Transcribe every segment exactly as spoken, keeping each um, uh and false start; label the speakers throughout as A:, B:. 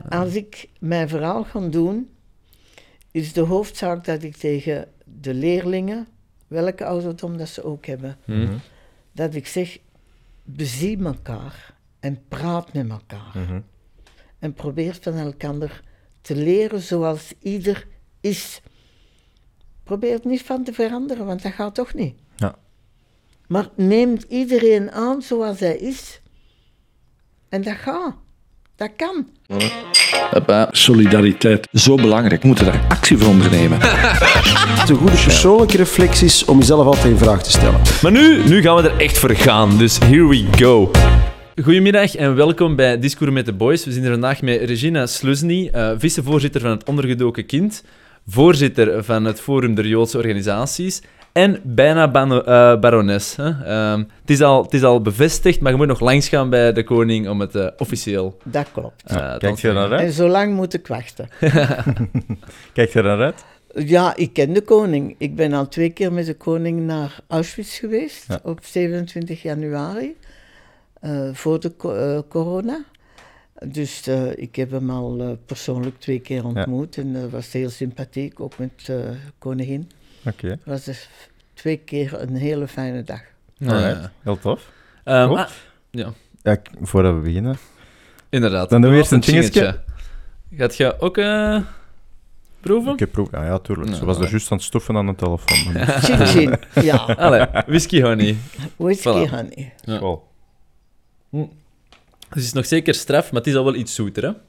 A: als ik mijn verhaal ga doen, is de hoofdzaak dat ik tegen de leerlingen, welke ouderdom dat ze ook hebben,
B: Mm-hmm.
A: dat ik zeg, bezie elkaar en praat met elkaar.
B: Mm-hmm.
A: En probeer van elkaar te leren zoals ieder is. Probeer het niet van te veranderen, want dat gaat toch niet.
B: Ja.
A: Maar neemt iedereen aan zoals hij is. En dat gaat. Dat kan.
C: Papa, solidariteit, zo belangrijk. We moeten daar actie voor ondernemen.
D: De goede persoonlijke reflecties om jezelf altijd in vraag te stellen.
E: Maar nu, nu gaan we er echt voor gaan, dus here we go. Goedemiddag en welkom bij Discours met de Boys. We zijn hier vandaag met Regina Sluzny, uh, vicevoorzitter van het Ondergedoken Kind, voorzitter van het Forum der Joodse Organisaties en bijna bano- uh, barones. Hè? Uh, het, is al, het is al bevestigd, maar je moet nog langs gaan bij de koning om het uh, officieel
A: Dat klopt.
E: uh,
B: Ja,
E: te
B: kijk je er naar
A: En
B: uit?
A: zo lang moet ik wachten.
B: Kijk je er naar uit?
A: Ja, ik ken de koning. Ik ben al twee keer met de koning naar Auschwitz geweest,
B: Ja.
A: op zevenentwintig januari, uh, voor de co- uh, corona. Dus uh, ik heb hem al uh, persoonlijk twee keer ontmoet en dat was heel sympathiek, ook met de uh, koningin.
B: Oké, okay.
A: Het was dus twee keer een hele fijne dag.
B: alright. Heel tof.
E: Um,
B: Goed.
E: ah, ja,
B: Ja, ik- voordat we beginnen.
E: inderdaad.
B: Dan doen we eerst een
E: jingletje. Gaat je ook uh, proeven?
B: Ik heb proef... Ah, ja, tuurlijk.
E: Nou,
B: Ze was er
E: ja.
B: juist aan het stoffen aan de telefoon.
A: Chin chin, ja.
E: Allee, whisky honey.
A: Whisky
E: Voilà.
A: honey.
E: Ja.
B: School.
E: Dus het is nog zeker straf, maar het is al wel iets zoeter, hè?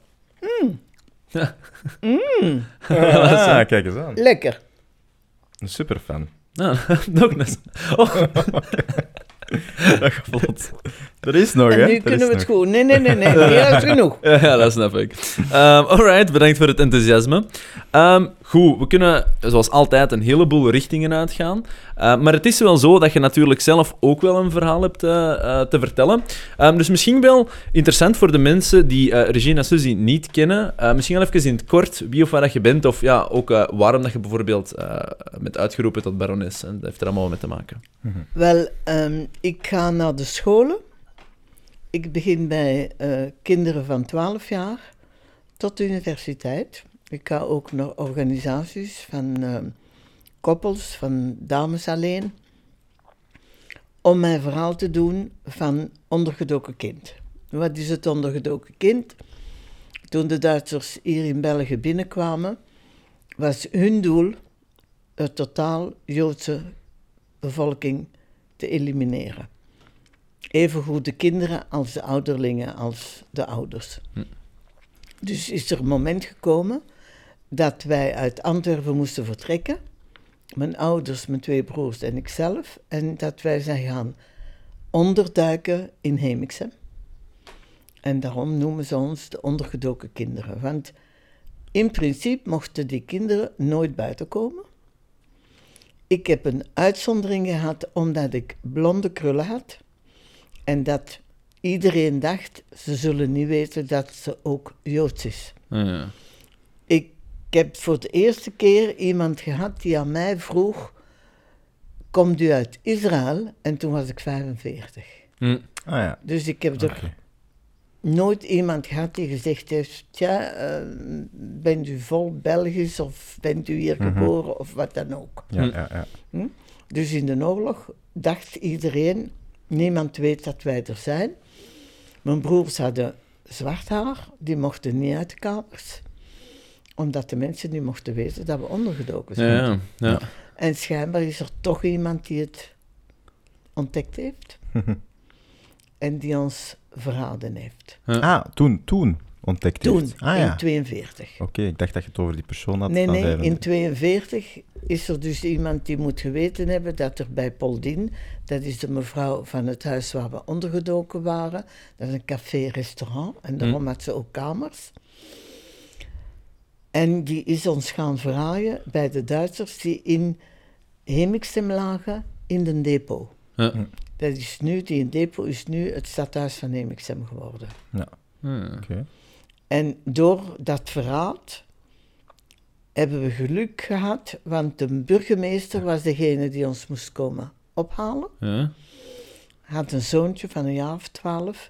A: Mm,
B: Ah, kijk eens aan.
A: lekker.
B: Een superfan.
E: Nou, nog eens. Oh.
B: Dat gaat vlot. Er is nog, hè?
A: En nu
B: Er
A: kunnen
B: is
A: we het
B: nog.
A: goed. Nee, nee, nee, nee. Meer is genoeg.
E: Ja, ja, dat snap ik. Um, alright, bedankt voor het enthousiasme. Um, goed, we kunnen zoals altijd een heleboel richtingen uitgaan. Uh, maar het is wel zo dat je natuurlijk zelf ook wel een verhaal hebt uh, uh, te vertellen. Um, dus misschien wel interessant voor de mensen die uh, Regina Sluzny niet kennen. Uh, misschien wel even in het kort wie of waar dat je bent. Of ja, ook uh, waarom dat je bijvoorbeeld uh, bent uitgeroepen tot barones. En dat heeft er allemaal mee te maken.
A: Wel, um, ik ga naar de scholen. Ik begin bij uh, kinderen van twaalf jaar tot de universiteit. Ik ga ook naar organisaties van uh, koppels, van dames alleen, om mijn verhaal te doen van ondergedoken kind. Wat is het ondergedoken kind? Toen de Duitsers hier in België binnenkwamen, was hun doel het totaal Joodse bevolking te elimineren. Evengoed de kinderen als de ouderlingen als de ouders.
E: Hm.
A: Dus is er een moment gekomen dat wij uit Antwerpen moesten vertrekken. Mijn ouders, mijn twee broers en ikzelf. En dat wij zijn gaan onderduiken in Hemixem. En daarom noemen ze ons de ondergedoken kinderen. Want in principe mochten die kinderen nooit buiten komen. Ik heb een uitzondering gehad omdat ik blonde krullen had. En dat iedereen dacht, ze zullen niet weten dat ze ook Joods is.
E: Ja.
A: Ik heb voor de eerste keer iemand gehad die aan mij vroeg, komt u uit Israël? En toen was ik vijfenveertig.
E: Hm.
B: Ah ja.
A: Dus ik heb er
B: Oké.
A: nooit iemand gehad die gezegd heeft, tja, uh, bent u vol Belgisch of bent u hier
B: Mhm.
A: geboren of wat dan ook.
B: Ja,
E: Hm.
B: ja, ja.
A: Dus in de oorlog dacht iedereen, niemand weet dat wij er zijn. Mijn broers hadden zwart haar, die mochten niet uit de kamers. Omdat de mensen niet mochten weten dat we ondergedoken zijn.
E: Ja, ja. ja.
A: En schijnbaar is er toch iemand die het ontdekt heeft. En die ons verraden heeft.
B: Ah, toen, toen ontdekte je
A: Toen,
B: het. Ah
A: in
B: ja.
A: tweeënveertig.
B: Oké, ik dacht dat je het over die persoon had.
A: Nee,
B: van
A: nee,
B: vijf-
A: in tweeënveertig is er dus iemand die moet geweten hebben dat er bij Poldien, dat is de mevrouw van het huis waar we ondergedoken waren, dat is een café-restaurant en daarom had ze ook kamers. En die is ons gaan verraaien bij de Duitsers die in Hemixem lagen in de depot.
E: Ja.
A: Dat is nu, die depot is nu het stadhuis van Hemixem geworden.
B: Ja,
E: Ja.
B: oké.
A: En door dat verraad hebben we geluk gehad, want de burgemeester was degene die ons moest komen ophalen.
E: Ja.
A: Had een zoontje van een jaar of twaalf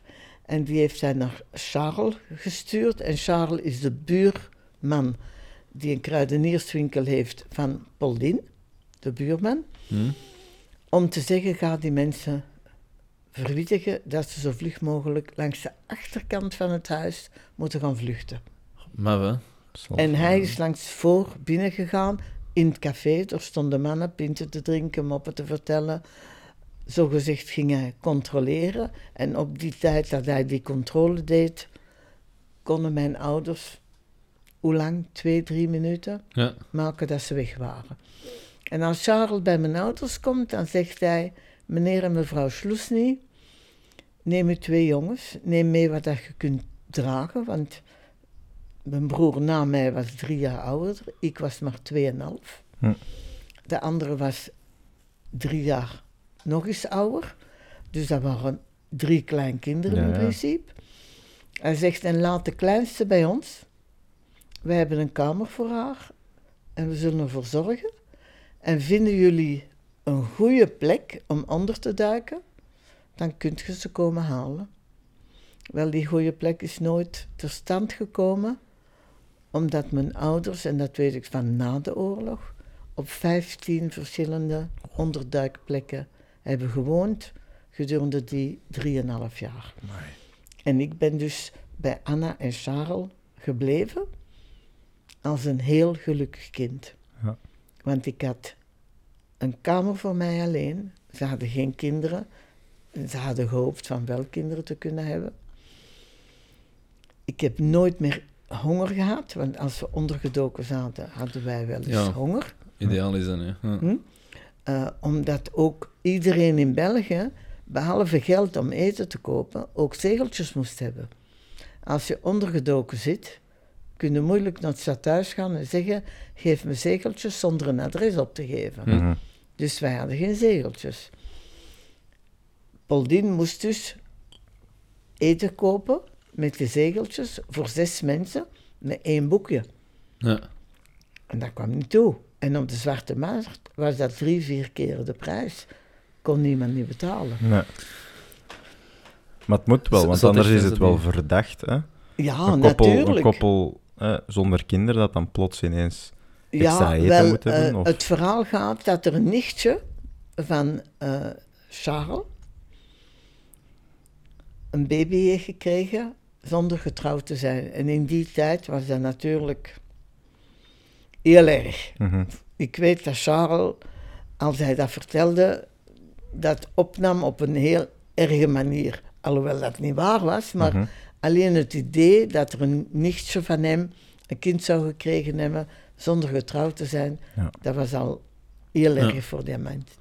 A: En die heeft hij naar Charles gestuurd. En Charles is de buurman die een kruidenierswinkel heeft van Pauline, de buurman.
E: Hm?
A: Om te zeggen, ga die mensen verwittigen dat ze zo vlug mogelijk langs de achterkant van het huis moeten gaan vluchten.
E: Maar wel.
A: En hij is langs voor binnen gegaan in het café. Er stonden mannen pinten te drinken, moppen te vertellen. Zogezegd ging hij controleren. En op die tijd dat hij die controle deed, konden mijn ouders, hoe lang? Twee, drie minuten
E: Ja.
A: maken dat ze weg waren. En als Charles bij mijn ouders komt, dan zegt hij, meneer en mevrouw Schloesny, neem uw twee jongens, neem mee wat dat je kunt dragen, want mijn broer na mij was drie jaar ouder, ik was maar tweeënhalf.
B: Hm.
A: De andere was drie jaar nog eens ouder, dus dat waren drie kleinkinderen
B: Ja,
A: in
B: ja.
A: principe. Hij zegt, en laat de kleinste bij ons, wij hebben een kamer voor haar en we zullen ervoor zorgen. En vinden jullie een goede plek om onder te duiken, dan kunt je ze komen halen. Wel, die goede plek is nooit ter stand gekomen, omdat mijn ouders, en dat weet ik van na de oorlog, op vijftien verschillende onderduikplekken hebben gewoond gedurende die drieënhalf jaar.
B: Amai.
A: En ik ben dus bij Anna en Charles gebleven als een heel gelukkig kind.
B: Ja.
A: Want ik had een kamer voor mij alleen. Ze hadden geen kinderen. Ze hadden gehoopt van wel kinderen te kunnen hebben. Ik heb nooit meer honger gehad, want als we ondergedoken zaten, hadden wij wel eens
E: Ja.
A: honger.
E: Ideaal is dat, hè. Ja.
A: Hm? Uh, omdat ook iedereen in België, behalve geld om eten te kopen, ook zegeltjes moest hebben. Als je ondergedoken zit, kun je moeilijk naar het stadhuis gaan en zeggen, geef me zegeltjes zonder een adres op te geven.
E: Hm.
B: Mhm.
A: Dus wij hadden geen zegeltjes. Pauline moest dus eten kopen met de zegeltjes voor zes mensen met één boekje.
E: Ja.
A: En dat kwam niet toe. En op de zwarte markt was dat drie, vier keer de prijs. Kon niemand niet betalen.
B: Nee. Maar het moet wel,
E: Z-
B: want
E: zat
B: anders
E: echt
B: is
E: in
B: het
E: zo'n
B: wel
E: ding.
B: verdacht. Hè?
A: Ja,
B: een koppel,
A: natuurlijk.
B: een koppel hè, zonder kinderen dat dan plots ineens extra
A: ja,
B: eten
A: wel,
B: moet hebben.
A: eh,
B: Of...
A: het verhaal gaat dat er een nichtje van eh, Charles een baby heeft gekregen zonder getrouwd te zijn. En in die tijd was dat natuurlijk heel erg.
B: Mhm.
A: Ik weet dat Charles, als hij dat vertelde, dat opnam op een heel erge manier. Alhoewel dat niet waar was, maar
B: Mhm.
A: alleen het idee dat er een nichtje van hem een kind zou gekregen hebben zonder getrouwd te zijn,
B: Ja.
A: dat was al heel erg
E: Ja.
A: voor die mens.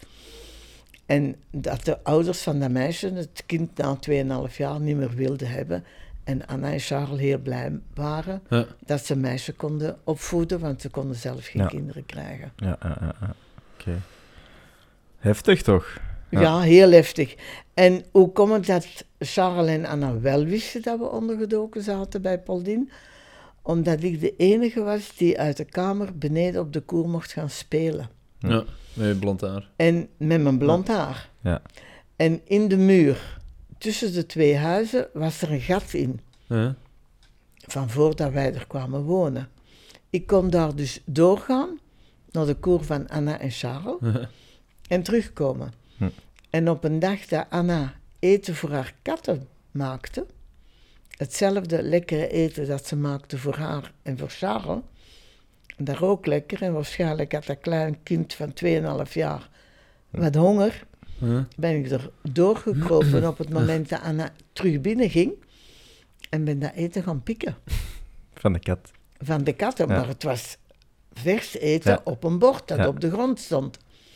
A: En dat de ouders van dat meisje het kind na tweeënhalf jaar niet meer wilden hebben. En Anna en Charles heel blij waren
E: Ja.
A: dat ze een meisje konden opvoeden, want ze konden zelf geen
B: Ja.
A: kinderen krijgen.
B: Ja, ja, ja, ja. Oké. Heftig toch?
A: Ja.
B: Ja.
A: heel heftig. En hoe komt het dat Charles en Anna wel wisten dat we ondergedoken zaten bij Pauline? Omdat ik de enige was die uit de kamer beneden op de koer mocht gaan spelen.
E: Ja, met je blond haar.
A: En met mijn blond haar.
B: Ja.
A: En in de muur tussen de twee huizen was er een gat in,
E: Ja.
A: van voordat wij er kwamen wonen. Ik kon daar dus doorgaan naar de koer van Anna en Charles
E: Ja.
A: en terugkomen.
B: Hm.
A: En op een dag dat Anna eten voor haar katten maakte, hetzelfde lekkere eten dat ze maakte voor haar en voor Charles, en dat rook lekker en waarschijnlijk had dat klein kind van tweeënhalf jaar wat honger,
E: Ja.
A: ben ik er doorgekropen op het moment dat Anna terug binnen ging en ben dat eten gaan pikken
B: Van de kat.
A: van de katten.
B: Ja.
A: Maar het was vers eten
B: Ja.
A: op een bord dat
B: Ja.
A: op de grond stond.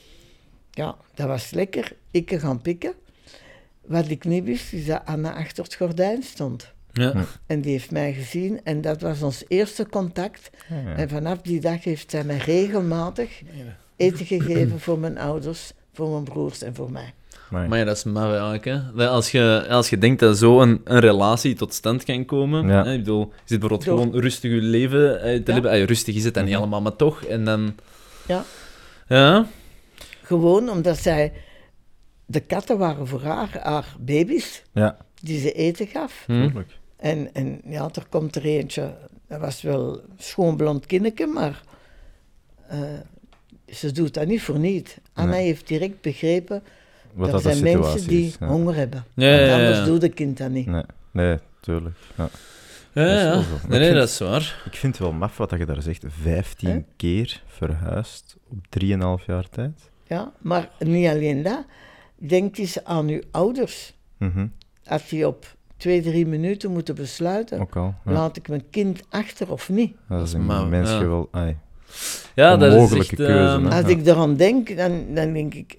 A: Ja, dat was lekker. Ik gaan pikken. Wat ik niet wist, is dat Anna achter het gordijn stond.
E: Ja.
A: En die heeft mij gezien en dat was ons eerste contact.
B: Ja, ja.
A: En vanaf die dag heeft zij mij regelmatig eten gegeven voor mijn ouders, voor mijn broers en voor mij.
B: Amai.
E: Maar ja, dat is maar eigenlijk, hè. Dat Als je, als je denkt dat zo een, een relatie tot stand kan komen,
B: Ja.
E: hè, ik bedoel, je zit bijvoorbeeld
A: Door-
E: gewoon rustig je leven eh, te
A: Ja.
E: leven. Ah, rustig is het dan niet
B: Mhm.
E: allemaal, maar toch. En dan...
A: Ja.
E: Ja.
A: Gewoon omdat zij de katten waren voor haar, haar baby's,
B: Ja,
A: die ze eten gaf.
E: Hm.
B: tuurlijk.
A: En, en ja, er komt er eentje, dat was wel een schoon blond kindje, maar uh, ze doet dat niet voor niet. Anna
B: Nee.
A: heeft direct begrepen,
B: Wat
A: er
B: dat de
A: zijn
B: situatie
A: mensen die
B: is. Ja.
A: honger hebben.
E: Ja, ja,
A: Want
E: ja,
A: anders
E: ja.
A: doet het kind dat niet.
B: Nee, nee, tuurlijk. Ja.
E: Ja,
B: Dat is
E: ja.
B: wel zo. Maar
E: Nee,
B: ik
E: nee,
B: vind-
E: dat is waar.
B: Ik vind het wel maf wat je daar zegt. vijftien
A: Hè?
B: keer verhuisd op drieënhalf jaar tijd.
A: Ja, maar niet alleen dat. Denk eens aan uw ouders.
B: Mhm.
A: Als die op twee, drie minuten moeten besluiten,
B: Ook al. Ja.
A: laat ik mijn kind achter of niet.
B: Dat is een
E: Maar,
B: mens
E: ja.
B: wel... ai.
E: Ja, dat is
B: Onmogelijke
E: echt...
B: keuze,
E: ehm,
B: hè?
A: Als
B: Ja.
A: ik eraan denk, dan, dan denk ik,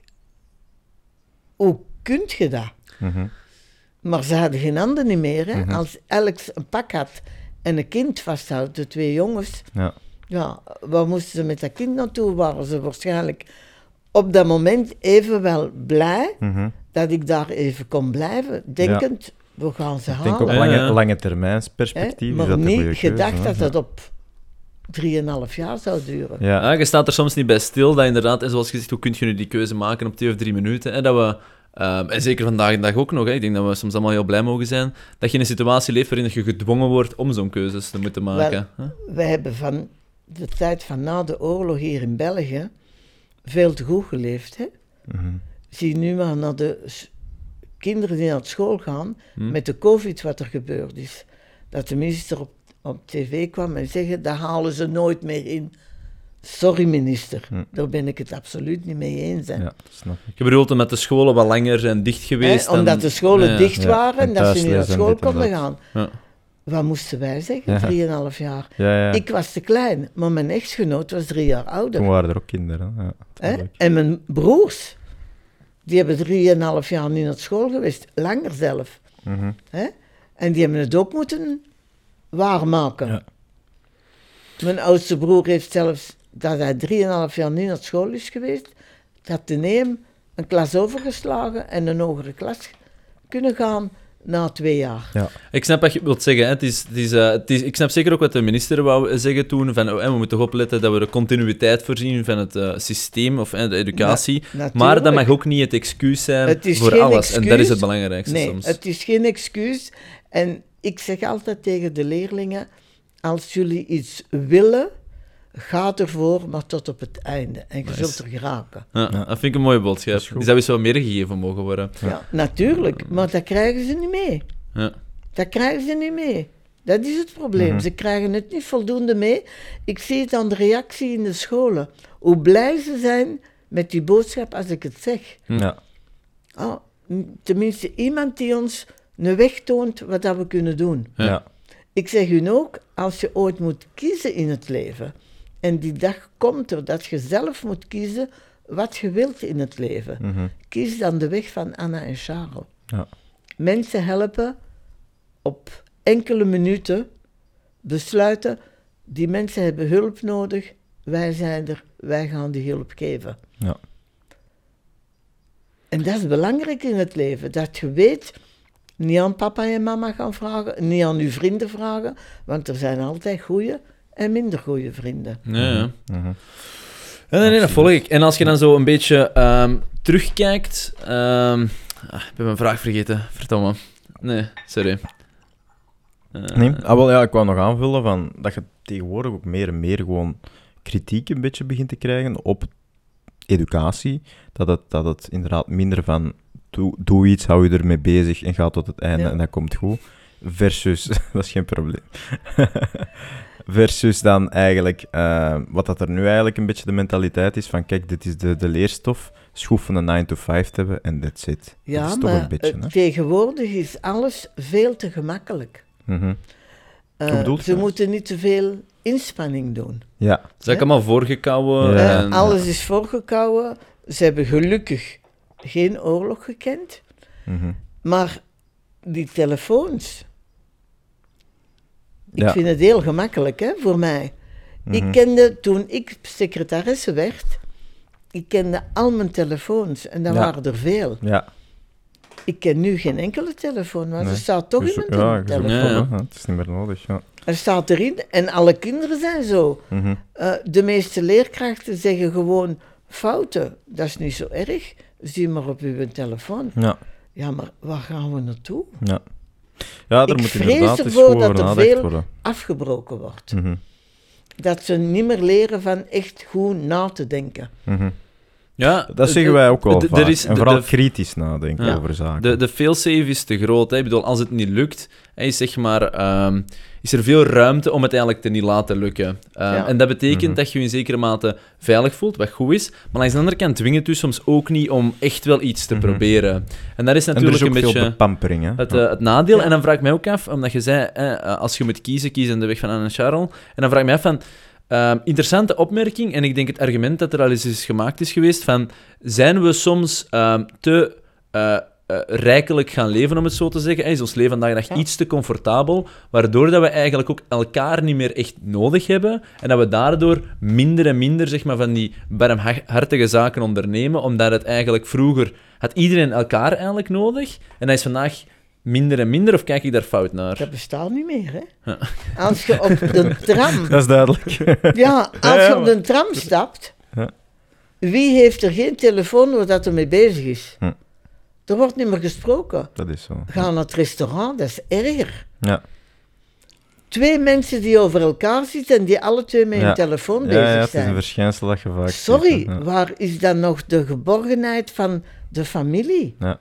A: hoe kunt je dat?
B: Mhm.
A: Maar ze hadden geen handen niet meer. Hè?
B: Mhm.
A: Als Alex een pak had en een kind vasthoudt, de twee jongens,
B: Ja.
A: ja, waar moesten ze met dat kind naartoe? Waren ze waarschijnlijk op dat moment even wel blij
B: Mhm.
A: dat ik daar even kon blijven, denkend, we gaan ze
B: Ik denk op
A: halen.
E: Ja,
B: lange,
E: ja.
B: lange termijns
A: Hè?
B: perspectief is
A: Maar
B: dat een goede
A: niet
B: keuze.
A: gedacht
B: hè.
A: dat het op drieënhalf jaar zou duren.
B: Ja.
E: Ja, je staat er soms niet bij stil dat inderdaad, en zoals je zegt, hoe kun je nu die keuze maken op twee of drie minuten? Hè, dat we, ehm, en zeker vandaag de dag ook nog, hè, ik denk dat we soms allemaal heel blij mogen zijn, dat je in een situatie leeft waarin je gedwongen wordt om zo'n keuzes te moeten maken. hè.
A: Wij hebben van de tijd van na de oorlog hier in België veel te goed geleefd. Hè?
B: Mhm.
A: Zie nu maar naar de s- kinderen die naar school gaan,
E: Hm.
A: met de covid wat er gebeurd is. Dat de minister op, op tv kwam en zeggen, dat halen ze nooit meer in. Sorry minister,
B: Hm.
A: daar ben ik het absoluut niet mee eens. Hè.
B: Ja, snap ik.
E: Je bedoelt omdat de scholen wat langer zijn dicht geweest.
A: Hè, omdat
E: en-
A: de scholen
E: Ja.
A: dicht
B: Ja,
A: waren
B: en
A: en dat ze niet naar
B: thuislezen en
A: school
B: dit en
A: konden
B: dat.
A: gaan.
E: Ja.
A: Wat moesten wij zeggen?
B: Ja.
A: Drieënhalf jaar.
B: Ja, ja.
A: Ik was te klein, maar mijn echtgenoot was drie jaar ouder.
B: Toen waren er ook kinderen. Ja,
A: Hè?
B: tuurlijk.
A: En mijn broers, die hebben drieënhalf jaar niet naar school geweest, langer zelf.
B: Mhm.
A: Hè? En die hebben het ook moeten waarmaken.
B: Ja.
A: Mijn oudste broer heeft zelfs, dat hij drieënhalf jaar niet naar school is geweest, dat de neem een klas overgeslagen en een hogere klas kunnen gaan na twee jaar.
B: Ja.
E: Ik snap wat je wilt zeggen. Hè. Het is, het is, eh, het is, ik snap zeker ook wat de minister wou zeggen toen. Van, oh, hè, we moeten toch opletten dat we de continuïteit voorzien van het eh, systeem of eh, de educatie.
A: Natuurlijk.
E: maar dat mag ook niet het excuus zijn
A: Het is
E: voor
A: geen
E: alles.
A: excuus.
E: En dat is het belangrijkste
A: Nee,
E: soms.
A: het is geen excuus. En ik zeg altijd tegen de leerlingen, als jullie iets willen, ga ervoor, maar tot op het einde. En je
E: Nice.
A: zult er geraken.
E: Ja, dat vind ik een mooie boodschap.
B: Dat is goed.
E: Die zou eens wat meer gegeven mogen worden.
A: Ja. Natuurlijk, maar dat krijgen ze niet mee.
E: Ja.
A: Dat krijgen ze niet mee. Dat is het probleem.
B: Mhm.
A: Ze krijgen het niet voldoende mee. Ik zie het aan de reactie in de scholen. Hoe blij ze zijn met die boodschap als ik het zeg.
B: Ja.
A: Ah, tenminste, iemand die ons een weg toont wat dat we kunnen doen.
E: Ja.
B: Ja.
A: Ik zeg u ook, als je ooit moet kiezen in het leven, en die dag komt er dat je zelf moet kiezen wat je wilt in het leven,
B: Mhm.
A: kies dan de weg van Anna en Charles.
B: Ja.
A: Mensen helpen op enkele minuten besluiten, die mensen hebben hulp nodig, wij zijn er, wij gaan die hulp geven.
B: Ja.
A: En dat is belangrijk in het leven, dat je weet, niet aan papa en mama gaan vragen, niet aan uw vrienden vragen, want er zijn altijd goede en minder goede vrienden.
E: Ja, ja.
B: Mhm.
E: Ja, nee, nee, dat volg ik. En als je dan zo een beetje ehm, terugkijkt... ehm, ah, ik heb mijn vraag vergeten, verdomme. Nee, sorry. Eh,
B: Nee? Ah, wel, ja, ik wou nog aanvullen van dat je tegenwoordig ook meer en meer gewoon kritiek een beetje begint te krijgen op educatie. Dat het, dat het inderdaad minder van doe, doe iets, hou je ermee bezig en ga tot het einde
A: Ja.
B: en dat komt goed. Versus, dat is geen probleem. Versus dan eigenlijk, eh, wat dat er nu eigenlijk een beetje de mentaliteit is van kijk, dit is de, de leerstof, schroef van een nine to five te hebben en that's it. dat
A: Ja,
B: is toch
A: maar
B: een beetje,
A: eh,
B: hè?
A: tegenwoordig is alles veel te gemakkelijk.
B: Mhm.
A: Eh,
B: Hoe bedoel je
A: ze
B: dat?
A: moeten niet te veel inspanning doen.
B: Ja,
E: Het is eigenlijk allemaal voorgekouwen.
B: Ja.
A: Eh,
E: en,
A: alles is voorgekouwen. Ze hebben gelukkig geen oorlog gekend.
B: mhm.
A: Maar die telefoons, ik
B: Ja.
A: vind het heel gemakkelijk hè, voor mij.
B: Mhm.
A: Ik kende, toen ik secretaresse werd, ik kende al mijn telefoons en dat
B: Ja.
A: waren er veel.
B: Ja.
A: Ik ken nu geen enkele telefoon, maar
B: Nee.
A: er staat toch
B: Dus-
A: in mijn
B: ja,
A: telefoon.
B: je zoekt
E: Ja,
B: wel,
E: ja.
B: hè. Het is niet meer nodig, ja.
A: Er staat erin, en alle kinderen zijn zo.
B: Mhm.
A: Eh, de meeste leerkrachten zeggen gewoon fouten, dat is niet zo erg. zie maar op uw telefoon.
B: Ja.
A: Ja, maar waar gaan we naartoe?
B: Ja, ja daar
A: Ik
B: moet
A: vrees
B: inderdaad eens
A: ervoor
B: goed
A: dat
B: over
A: er
B: nagedacht
A: veel
B: worden.
A: afgebroken wordt.
B: Mhm,
A: Dat ze niet meer leren van echt goed na te denken.
B: mhm.
E: Ja,
B: Dat zeggen wij ook wel
E: d- d-
B: vaak.
E: er is
B: En
E: de-
B: vooral
E: de-
B: kritisch nadenken
E: Ja.
B: over zaken.
E: De, de failsafe is te groot. Hè. Ik bedoel, als het niet lukt, hè, is, zeg maar, ehm, is er veel ruimte om het eigenlijk te niet laten lukken. Ehm,
A: Ja.
E: En dat betekent
B: Mhm.
E: dat je je in zekere mate veilig voelt, wat goed is. Maar langs de andere kant dwingt het u soms ook niet om echt wel iets te
B: Mhm.
E: proberen. En dat is
B: en er
E: natuurlijk
B: is ook
E: een
B: veel
E: beetje
B: bepampering. Hè?
E: het,
B: Ja.
E: eh, het nadeel.
A: Ja.
E: En dan vraag ik mij ook af, omdat je zei, eh, als je moet kiezen, kies in de weg van Anne Charles. En dan vraag ik mij af van... Ehm, interessante opmerking, en ik denk het argument dat er al eens is gemaakt is geweest, van zijn we soms ehm, te eh, eh, rijkelijk gaan leven, om het zo te zeggen? Is ons leven vandaag de dag
A: Ja.
E: iets te comfortabel, waardoor dat we eigenlijk ook elkaar niet meer echt nodig hebben, en dat we daardoor minder en minder, zeg maar, van die barmhartige zaken ondernemen, omdat het eigenlijk vroeger had iedereen elkaar eigenlijk nodig, en dat is vandaag minder en minder, of kijk ik daar fout naar?
A: Dat bestaat niet meer, hè.
E: Ja.
A: Als je op de tram...
B: Dat is duidelijk.
A: Ja, als
B: Ja,
A: je
B: ja,
A: op de tram stapt...
B: Ja.
A: Wie heeft er geen telefoon waar dat er mee bezig is?
B: Hm.
A: Er wordt niet meer gesproken.
B: Dat is zo.
A: Ga naar het restaurant, dat is erger.
B: Ja.
A: Twee mensen die over elkaar zitten en die alle twee met
B: Ja.
A: hun telefoon
B: Ja,
A: bezig
B: ja, het is
A: zijn.
B: een verschijnsel dat je vaak ziet,
A: Sorry,
B: hè. Ja.
A: waar is dan nog de geborgenheid van de familie?
B: Ja.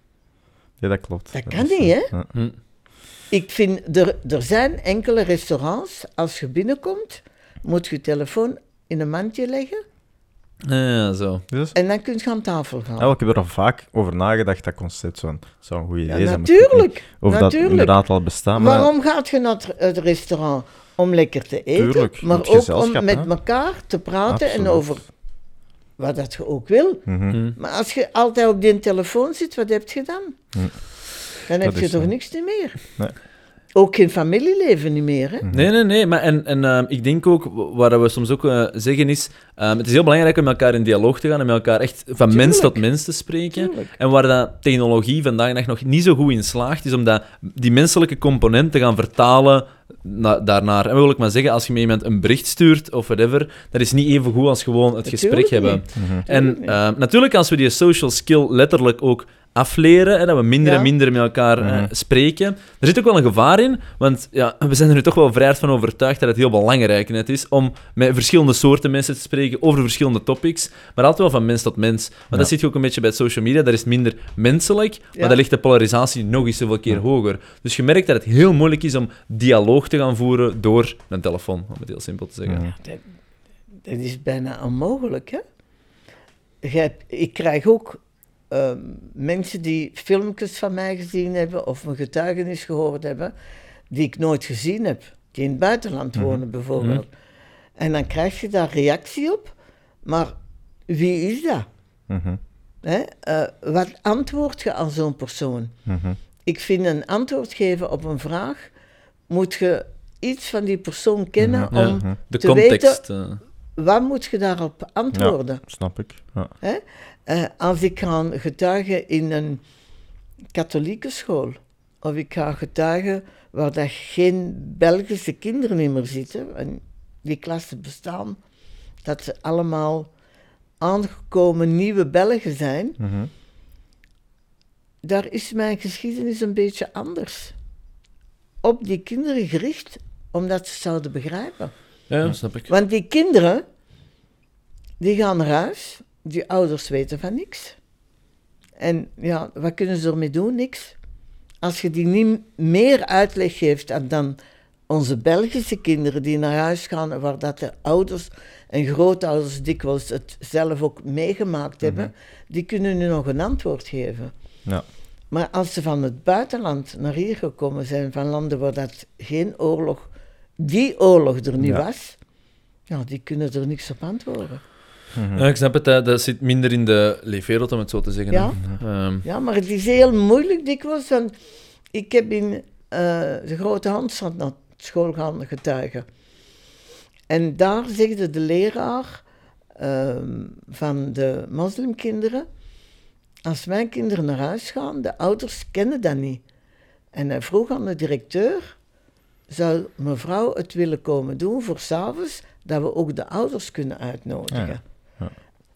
B: Ja, dat klopt.
A: Dat kan
B: is
A: niet,
B: zo.
A: hè?
B: Ja.
E: Hm.
A: Ik vind, er, er zijn enkele restaurants, als je binnenkomt, moet je je telefoon in een mandje leggen
E: Ja, zo.
B: Dus,
A: en dan kun je aan tafel gaan.
B: ja, ik heb er al vaak over nagedacht, dat concept zo'n zo'n goed idee
A: Ja,
B: is. Dat moet ik niet-
A: natuurlijk,
B: Of dat
A: natuurlijk.
B: inderdaad al bestaat. Maar
A: Waarom gaat je naar het- het restaurant? Om lekker te eten,
B: Tuurlijk,
A: maar
B: het
A: ook om
B: gezelschap,
A: met
B: hè.
A: elkaar te praten en
B: Absoluut.
A: over wat dat je ook wil.
B: Mhm.
E: Hm.
A: Maar als je altijd op die telefoon zit, wat heb je dan?
B: Hm.
A: Dan heb
B: Dat
A: je
B: is
A: toch
B: zo.
A: niks niet meer?
B: Nee.
A: Ook geen familieleven niet meer, hè?
E: Nee, nee, nee. Maar en, en ehm, ik denk ook, waar we soms ook eh, zeggen is, ehm, het is heel belangrijk om met elkaar in dialoog te gaan en met elkaar echt van mens
A: Tuurlijk.
E: tot mens te spreken.
A: Tuurlijk.
E: En waar dat technologie vandaag de dag nog niet zo goed in slaagt, is om dat, die menselijke component te gaan vertalen na- daarnaar. En wat wil ik maar zeggen, als je met iemand een bericht stuurt of whatever, dat is niet even goed als gewoon het gesprek
A: Natuurlijk
E: hebben.
A: niet.
B: Mhm.
E: En
A: Tuurlijk niet.
E: eh, natuurlijk, als we die social skill letterlijk ook afleren, hè, dat we minder
A: Ja.
E: en minder met elkaar eh,
B: Mhm.
E: spreken, er zit ook wel een gevaar in, want ja, we zijn er nu toch wel vrij hard van overtuigd dat het heel belangrijk net is om met verschillende soorten mensen te spreken over verschillende topics, maar altijd wel van mens tot mens. Want
B: Ja.
E: dat zit je ook een beetje bij social media, daar is het minder menselijk, maar
A: Ja.
E: daar ligt de polarisatie nog eens zoveel keer
B: Ja.
E: hoger. Dus je merkt dat het heel moeilijk is om dialoog te gaan voeren door een telefoon, om het heel simpel te zeggen.
B: Mhm.
A: Dat, dat is bijna onmogelijk, hè? Je hebt- ik krijg ook ehm, mensen die filmpjes van mij gezien hebben of een getuigenis gehoord hebben, die ik nooit gezien heb, die in het buitenland
B: Mhm.
A: wonen bijvoorbeeld. En dan krijg je daar reactie op, maar wie is dat?
B: Mhm.
A: Hè? Eh, wat antwoord je aan zo'n persoon?
B: Mhm.
A: Ik vind een antwoord geven op een vraag, moet je iets van die persoon kennen
B: Mhm.
E: Ja.
A: om
B: Mhm.
E: De
A: te
E: context. eh.
A: wat moet je daarop antwoorden?
B: Snap ik. Ja.
A: Hè? Eh, als ik ga getuigen in een katholieke school, of ik ga getuigen waar dat geen Belgische kinderen in meer zitten, en die klassen bestaan, dat ze allemaal aangekomen nieuwe Belgen zijn,
B: Mhm.
A: daar is mijn geschiedenis een beetje anders. Op die kinderen gericht, omdat ze zouden begrijpen.
E: Ja, snap ik.
A: Want die kinderen, die gaan naar huis, die ouders weten van niks. En ja, wat kunnen ze ermee doen? Niks. Als je die niet meer uitleg geeft dan- dan onze Belgische kinderen die naar huis gaan, waar dat de ouders en grootouders dikwijls het zelf ook meegemaakt hebben, die kunnen nu nog een antwoord geven.
B: Ja.
A: Maar als ze van het buitenland naar hier gekomen zijn, van landen waar dat geen oorlog, die oorlog er niet
B: Ja.
A: was, ja, die kunnen er niks op antwoorden.
B: Mhm.
E: Ja, ik snap het, dat, dat zit minder in de leefwereld, om het zo te zeggen.
A: Ja.
E: hè. Ehm,
A: Ja, maar het is heel moeilijk dikwijls, want ik heb in eh, de Grote Handstad naar school gaan getuigen. En daar zegde de leraar ehm, van de moslimkinderen, als mijn kinderen naar huis gaan, de ouders kennen dat niet. En hij vroeg aan de directeur, zou mevrouw het willen komen doen voor 's avonds, dat we ook de ouders kunnen uitnodigen.
B: Ja, ja.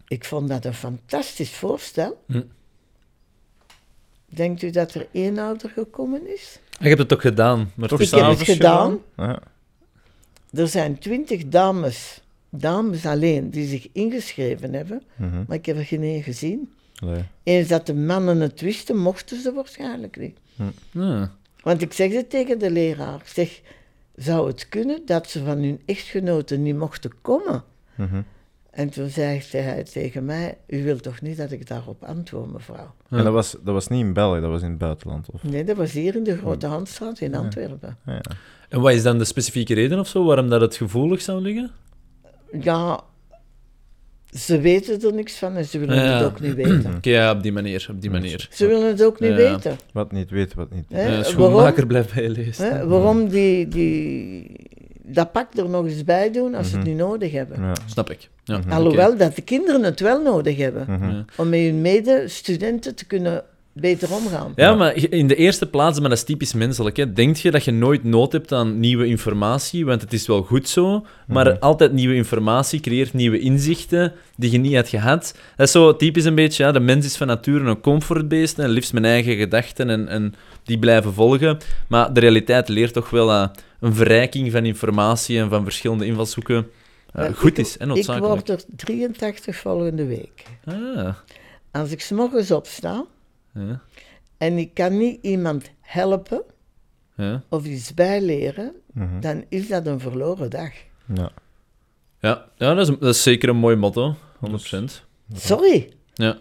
A: Ik vond dat een fantastisch voorstel.
E: Hm.
A: Denkt u dat er één ouder gekomen is?
E: Je hebt het ook gedaan. Maar
B: Toch
A: Ik heb het
B: s'avonds
A: gedaan.
B: Ja.
A: Er zijn twintig dames, dames alleen, die zich ingeschreven hebben,
B: Mhm.
A: maar ik heb er geen één gezien.
B: Allee.
A: Eens dat de mannen het wisten, mochten ze waarschijnlijk niet.
E: Ja.
A: Want ik zeg het tegen de leraar, ik zeg, zou het kunnen dat ze van hun echtgenoten niet mochten komen?
B: Mhm.
A: En toen zei hij tegen mij, u wilt toch niet dat ik daarop antwoord, mevrouw?
B: En dat was, dat was niet in België, dat was in het buitenland? Of?
A: Nee, dat was hier in de Grote Handstraat in Antwerpen.
B: Ja, ja.
E: En wat is dan de specifieke reden of zo waarom dat het gevoelig zou liggen?
A: Ja, ze weten er niks van en ze willen
E: Ja, ja.
A: het ook niet weten.
E: Oké, ja, op die manier. Op die manier.
A: Ze willen het ook niet
E: Ja.
A: weten.
B: Wat niet weet, wat niet.
A: Hè,
E: Ja, schoenmaker
A: waarom?
E: blijft bij je lezen.
A: Hè, waarom die, die, dat pak er nog eens bij doen als ze het
B: Mhm.
A: niet nodig hebben?
B: Ja.
E: Snap ik. Ja.
B: Mhm.
A: Alhoewel dat de kinderen het wel nodig hebben.
B: Mhm.
E: Ja.
A: Om met hun medestudenten te kunnen beter omgaan.
E: Ja, maar in de eerste plaats, maar dat is typisch menselijk, hè, denk je dat je nooit nood hebt aan nieuwe informatie, want het is wel goed zo, maar
B: Mhm.
E: altijd nieuwe informatie creëert nieuwe inzichten die je niet had gehad. Dat is zo typisch een beetje, ja, de mens is van nature een comfortbeest, en liefst mijn eigen gedachten en, en die blijven volgen, maar de realiteit leert toch wel dat een verrijking van informatie en van verschillende invalshoeken eh,
A: Maar
E: goed
A: ik-
E: is en
A: Ik
E: noodzakelijk.
A: word er drieëntachtig volgende week.
E: Ah,
A: Als ik 's morgens opsta
E: ja,
A: en ik kan niet iemand helpen
E: ja,
A: of iets bijleren,
B: Mhm.
A: dan is dat een verloren dag.
B: Ja.
E: ja, ja dat, is, dat is zeker een mooi motto, honderd procent.
A: Sorry,
E: Ja.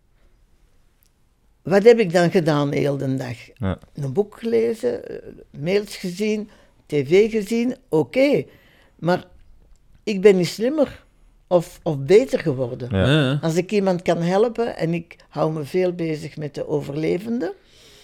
A: wat heb ik dan gedaan heel de dag?
B: Ja.
A: Een boek gelezen, eh, mails gezien, tv gezien, oké. Maar ik ben niet slimmer of, of beter geworden.
B: Ja.
E: Ja, ja.
A: Als ik iemand kan helpen, en ik hou me veel bezig met de overlevenden,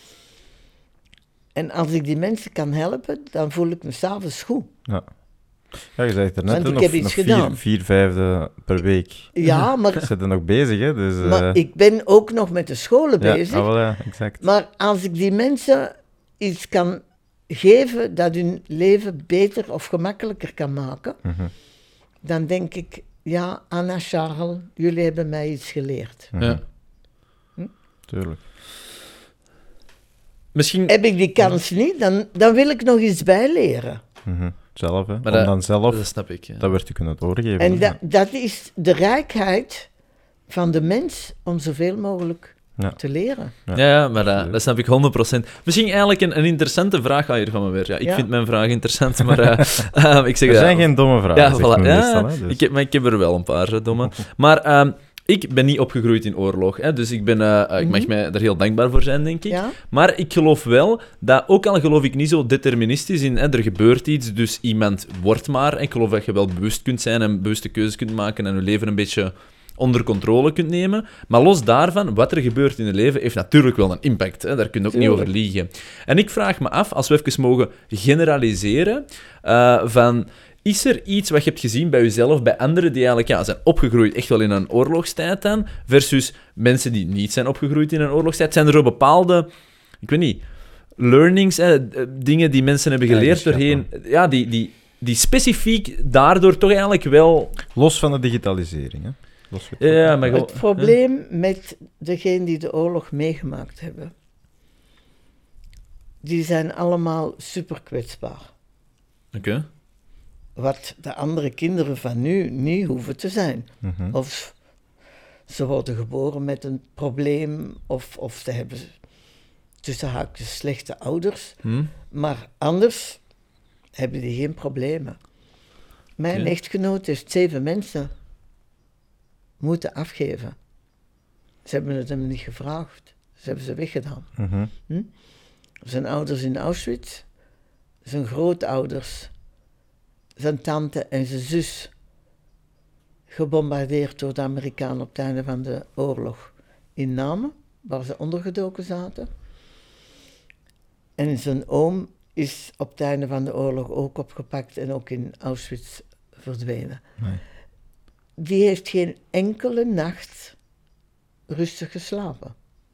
A: en als ik die mensen kan helpen, dan voel ik me s'avonds goed.
B: Ja. Ja, je zegt er net,
A: Want
B: hè,
A: ik
B: nog,
A: heb iets
B: nog
A: gedaan.
B: vier, vier vijfde per week.
A: Ja, maar,
B: Ze zijn er nog bezig, hè? Dus, eh,
A: maar ik ben ook nog met de scholen
B: ja,
A: bezig.
B: ah, wel, ja, exact.
A: Maar als ik die mensen iets kan geven dat hun leven beter of gemakkelijker kan maken,
B: Mhm.
A: dan denk ik, ja, Anna, Charles, jullie hebben mij iets geleerd.
B: Mhm.
E: Ja.
B: Tuurlijk.
E: Misschien...
A: Heb ik die kans niet, dan, dan wil ik nog iets bijleren.
B: Mhm. Zelf, hè?
E: Maar
B: Om
E: dat-
B: dan zelf,
E: Dat snap ik, ja.
B: dat werd je kunnen doorgeven.
A: En
B: hè.
A: dat, dat is de rijkheid van de mens om zoveel mogelijk
B: Ja.
A: te leren.
B: Ja.
E: Ja, ja, maar dat, dat snap ik honderd procent. Misschien eigenlijk een, een interessante vraag. Ah, hier gaan we weer. Ja, ik
A: Ja.
E: vind mijn vraag interessant, maar eh, eh, ik zeg
B: Er
E: dat-
B: zijn geen domme vragen,
E: Ja,
B: zegt
E: voilà.
B: men
E: Ja,
B: meestal, hè, dus.
E: ik heb, maar ik heb er wel een paar, hè, domme. Maar ehm, ik ben niet opgegroeid in oorlog, hè, dus ik, ben, eh, eh, ik mag
A: Mhm.
E: mij daar heel dankbaar voor zijn, denk ik.
A: Ja?
E: Maar ik geloof wel dat, ook al geloof ik niet zo deterministisch in, hè, er gebeurt iets, dus iemand wordt maar. Ik geloof dat je wel bewust kunt zijn en bewuste keuzes kunt maken en je leven een beetje onder controle kunt nemen. Maar los daarvan, wat er gebeurt in je leven, heeft natuurlijk wel een impact. Hè. Daar kun je ook niet
A: Tuurlijk.
E: over liegen. En ik vraag me af, als we even mogen generaliseren, eh, van... Is er iets wat je hebt gezien bij jezelf, bij anderen die eigenlijk ja, zijn opgegroeid echt wel in een oorlogstijd dan, versus mensen die niet zijn opgegroeid in een oorlogstijd? Zijn er zo bepaalde, ik weet niet, learnings, hè, d- dingen die mensen hebben geleerd doorheen, ja, die, die, die specifiek daardoor toch eigenlijk wel...
B: Los van de digitalisering, hè? Los van-
E: Ja, maar
A: Het probleem met degenen die de oorlog meegemaakt hebben, die zijn allemaal super kwetsbaar.
E: Oké.
A: Wat de andere kinderen van nu niet hoeven te zijn.
B: Mhm.
A: Of ze worden geboren met een probleem, of, of ze hebben tussen haakjes slechte ouders.
E: Hm?
A: Maar anders hebben die geen problemen. Mijn
E: Oké.
A: echtgenoot heeft zeven mensen moeten afgeven. Ze hebben het hem niet gevraagd. Ze hebben ze weggedaan.
B: Mhm.
A: Zijn ouders in Auschwitz, zijn grootouders, zijn tante en zijn zus gebombardeerd door de Amerikanen op het einde van de oorlog in Namen, waar ze ondergedoken zaten. En zijn oom is op het einde van de oorlog ook opgepakt en ook in Auschwitz verdwenen.
B: Nee.
A: Die heeft geen enkele nacht rustig geslapen.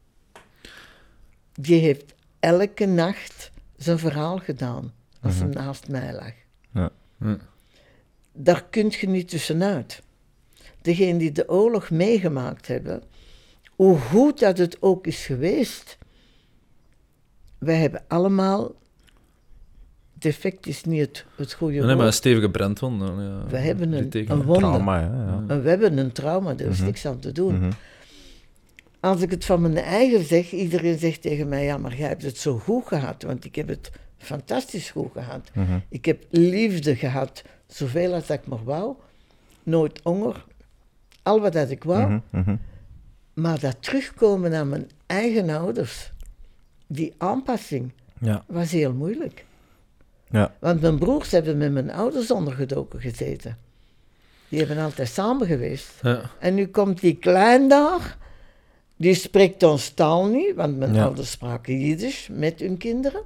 A: Die heeft elke nacht zijn verhaal gedaan als hij naast mij lag.
B: Ja.
E: Hm.
A: Daar kun je niet tussenuit. degenen die de oorlog meegemaakt hebben, hoe goed dat het ook is geweest, wij hebben allemaal, defect is niet het, het goede
E: Nee,
A: woord,
E: maar een stevige brandwond. dan, Ja,
A: we hebben een,
E: litteken.
A: een wonde,
B: Trauma, hè, ja.
A: en we hebben een trauma, daar is
B: Mhm.
A: niks aan te doen.
B: Mhm.
A: Als ik het van mijn eigen zeg, iedereen zegt tegen mij, ja, maar jij hebt het zo goed gehad, want ik heb het fantastisch goed gehad.
B: Mhm.
A: Ik heb liefde gehad, zoveel als ik maar wou, nooit honger, al wat dat ik wou.
B: Mhm. Mhm.
A: Maar dat terugkomen naar mijn eigen ouders, die aanpassing,
B: Ja.
A: was heel moeilijk.
B: Ja.
A: Want mijn broers hebben met mijn ouders ondergedoken gezeten. Die hebben altijd samen geweest.
E: Ja.
A: En nu komt die klein daar, die spreekt ons taal niet, want mijn
B: Ja.
A: ouders spraken Jiddisch met hun kinderen.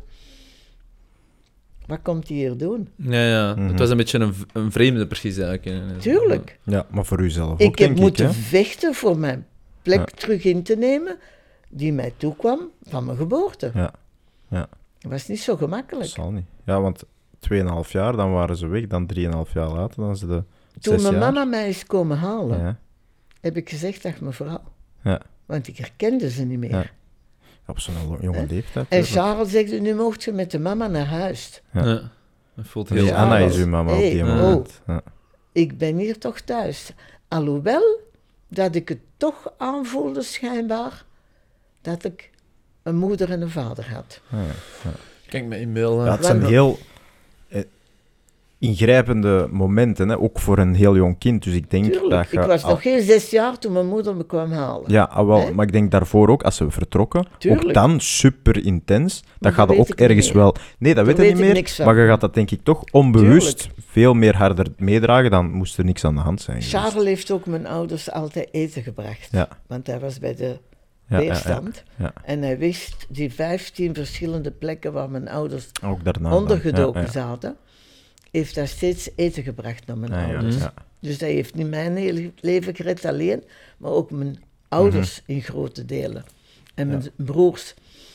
A: Wat komt hij hier doen?
E: Ja, ja.
B: Mhm.
E: Het was een beetje een, v- een vreemde precies eigenlijk.
A: Tuurlijk.
B: Ja, maar voor u zelf ook,
A: Ik heb
B: denk
A: moeten
B: ik, hè?
A: vechten voor mijn plek
B: Ja.
A: terug in te nemen, die mij toekwam van mijn geboorte.
B: Ja. Ja.
A: Dat was niet zo
B: Dat
A: gemakkelijk.
B: zal niet. Ja, want tweeënhalf jaar, dan waren ze weg. Dan drieënhalf jaar later, dan ze de
A: Toen
B: zes
A: mijn
B: jaar.
A: mama mij is komen halen,
B: Ja.
A: heb ik gezegd, dag mevrouw.
B: Ja.
A: Want ik herkende ze niet meer.
B: Ja. Op zo'n jonge
A: Hè?
B: leeftijd.
A: En
B: hè.
A: Charles zegt, nu mocht je met de mama naar huis.
B: Ja.
E: Ja. Dat voelt
B: Nee,
E: heel
A: Ja,
B: Anna
A: dat
B: is
A: was-
B: uw mama
A: Hey,
B: op die
A: oh.
B: moment. Ja.
A: Ik ben hier toch thuis. Alhoewel dat ik het toch aanvoelde schijnbaar dat ik een moeder en een vader had.
B: Ja, ja.
E: Kijk, me inbeelden.
B: Ja, het zijn
A: Want-
B: heel eh, ingrijpende momenten, hè? Ook voor een heel jong kind. Dus ik denk
A: Tuurlijk,
B: dat je...
A: ik was
B: al-
A: nog geen zes jaar toen mijn moeder me kwam halen.
B: Ja, ah, wel,
A: Hè?
B: maar ik denk daarvoor ook, als ze vertrokken, ook
A: Tuurlijk.
B: dan super intens.
A: Maar
B: Dan
A: dat
B: gaat het
A: weet
B: ook
A: ik niet
B: ergens
A: meer.
B: wel... Nee, dat
A: Daar
B: weet je niet
A: weet ik
B: meer,
A: niks van.
B: maar je gaat dat denk ik toch onbewust veel meer harder meedragen, dan moest er niks aan de hand zijn. geweest.
A: Charles heeft ook mijn ouders altijd eten gebracht.
B: Ja.
A: Want hij was bij de
B: Ja, ja, ja,
A: weerstand.
B: ja.
A: En hij wist die vijftien verschillende plekken waar mijn ouders
B: Ook daarna. dan.
A: ondergedoken
B: Ja, ja.
A: zaten, heeft hij steeds eten gebracht naar mijn
B: Ah, ja,
A: ouders.
B: ja.
A: Dus hij heeft niet mijn hele leven gered alleen, maar ook mijn ouders
B: Mhm.
A: in grote delen. En mijn broers.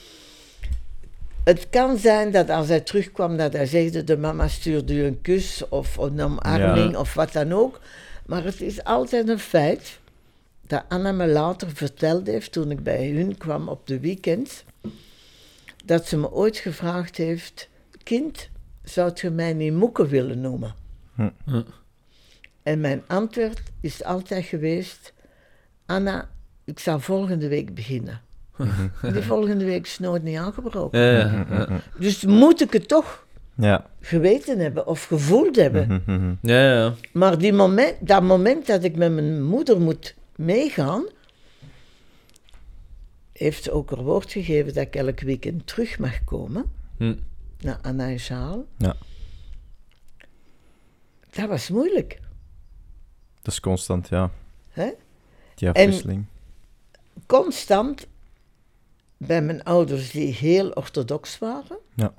A: Het kan zijn dat als hij terugkwam, dat hij zegde, de mama stuurde u een kus of een omarming
B: Ja.
A: of wat dan ook. Maar het is altijd een feit dat Anna me later verteld heeft, toen ik bij hun kwam op de weekends, dat ze me ooit gevraagd heeft, kind, zou je mij niet Moeke willen noemen?
B: Hm.
E: Hm.
A: En mijn antwoord is altijd geweest, Anna, ik zal volgende week beginnen. En die volgende week is nooit niet aangebroken.
E: Ja, ja, ja.
A: Dus moet ik het toch
B: Ja.
A: geweten hebben of gevoeld hebben.
B: Mhm, mhm.
E: Ja, ja.
A: Maar die moment, dat moment dat ik met mijn moeder moet meegaan, heeft ze ook er woord gegeven dat ik elk weekend terug mag komen
E: Hm.
A: naar Anna en Charles.
B: Ja.
A: Dat was moeilijk.
B: Dat is constant, ja.
A: Hè?
B: Die afwisseling.
A: Constant bij mijn ouders die heel orthodox waren.
B: Ja.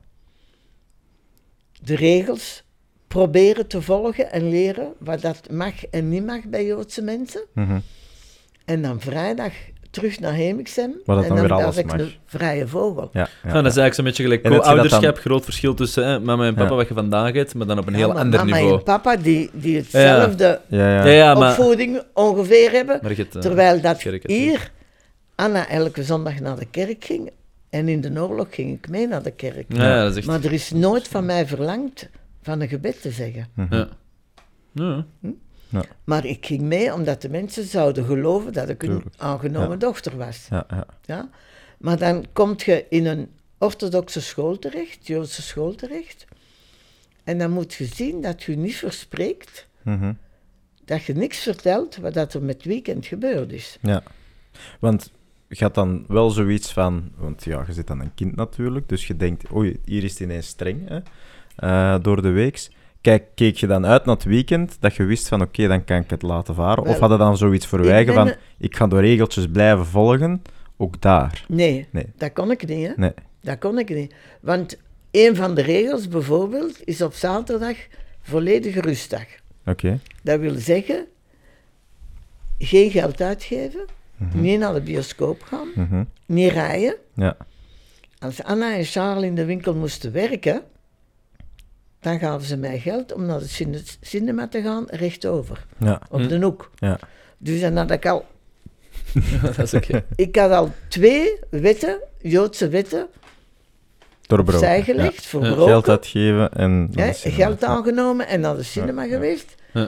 A: De regels proberen te volgen en leren wat dat mag en niet mag bij Joodse mensen.
B: Mhm.
A: En dan vrijdag terug naar Hemixem.
B: Waar dat
A: en
B: dan weer
A: was
B: alles
A: ik
B: mag.
A: een vrije vogel.
B: Ja, ja,
E: Ja, dat is eigenlijk zo'n beetje gelijk
B: En heb je dat
E: co-ouderschap,
B: dan-
E: groot verschil tussen hè, mama en papa,
B: Ja.
E: wat je vandaag hebt, maar dan op een
A: Ja,
E: heel
A: maar
E: ander
A: mama
E: niveau.
A: en papa die, die hetzelfde
B: ja, ja.
E: Ja, ja, maar...
A: opvoeding ongeveer hebben.
E: maar je het, eh,
A: Terwijl dat
E: kerk het
A: hier Anna elke zondag naar de kerk ging. En in de oorlog ging ik mee naar de kerk.
E: Ja, ja, dat is echt...
A: Maar er is nooit van mij verlangd van een gebed te zeggen.
B: Mhm.
E: Ja. Ja.
A: Maar ik ging mee omdat de mensen zouden geloven dat ik een
B: Tuurlijk.
A: aangenomen
B: Ja.
A: dochter was.
B: Ja, ja.
A: Ja? Maar dan kom je in een orthodoxe school terecht, Joodse school terecht. En dan moet je zien dat je niet verspreekt,
B: Mhm.
A: dat je niks vertelt wat dat er met het weekend gebeurd is.
B: Ja, want je had dan wel zoiets van... Want ja, je zit dan een kind natuurlijk, dus je denkt... Oei, hier is het ineens streng, hè, eh, door de weeks. Kijk, keek je dan uit naar het weekend, dat je wist van oké, dan kan ik het laten varen?
A: Wel,
B: of had je dan zoiets voor je
A: ik
B: eigen
A: ben
B: van...
A: een-
B: Ik ga de regeltjes blijven volgen, ook daar?
A: Nee,
B: Nee.
A: dat kon ik niet. Hè?
B: Nee.
A: Dat kon ik niet. Want een van de regels bijvoorbeeld is op zaterdag volledige rustdag.
B: Oké.
A: Dat wil zeggen, geen geld uitgeven,
B: Mhm.
A: niet naar de bioscoop gaan,
B: Mhm.
A: niet rijden.
B: Ja.
A: Als Anna en Charles in de winkel moesten werken, dan gaven ze mij geld om naar de cine- cinema te gaan, rechtdover,
B: Ja.
A: op
E: Hm.
A: de hoek.
B: Ja.
A: Dus dan had ik al,
E: Dat is oké.
A: ik had al twee wetten, Joodse wetten,
B: Doorbroken.
A: opzij gelegd,
E: Ja.
A: verbroken.
B: Geld uitgeven en... naar
A: Hè,
B: de cinema.
A: geld aangenomen en naar de cinema
B: Ja, ja.
A: geweest.
E: Ja.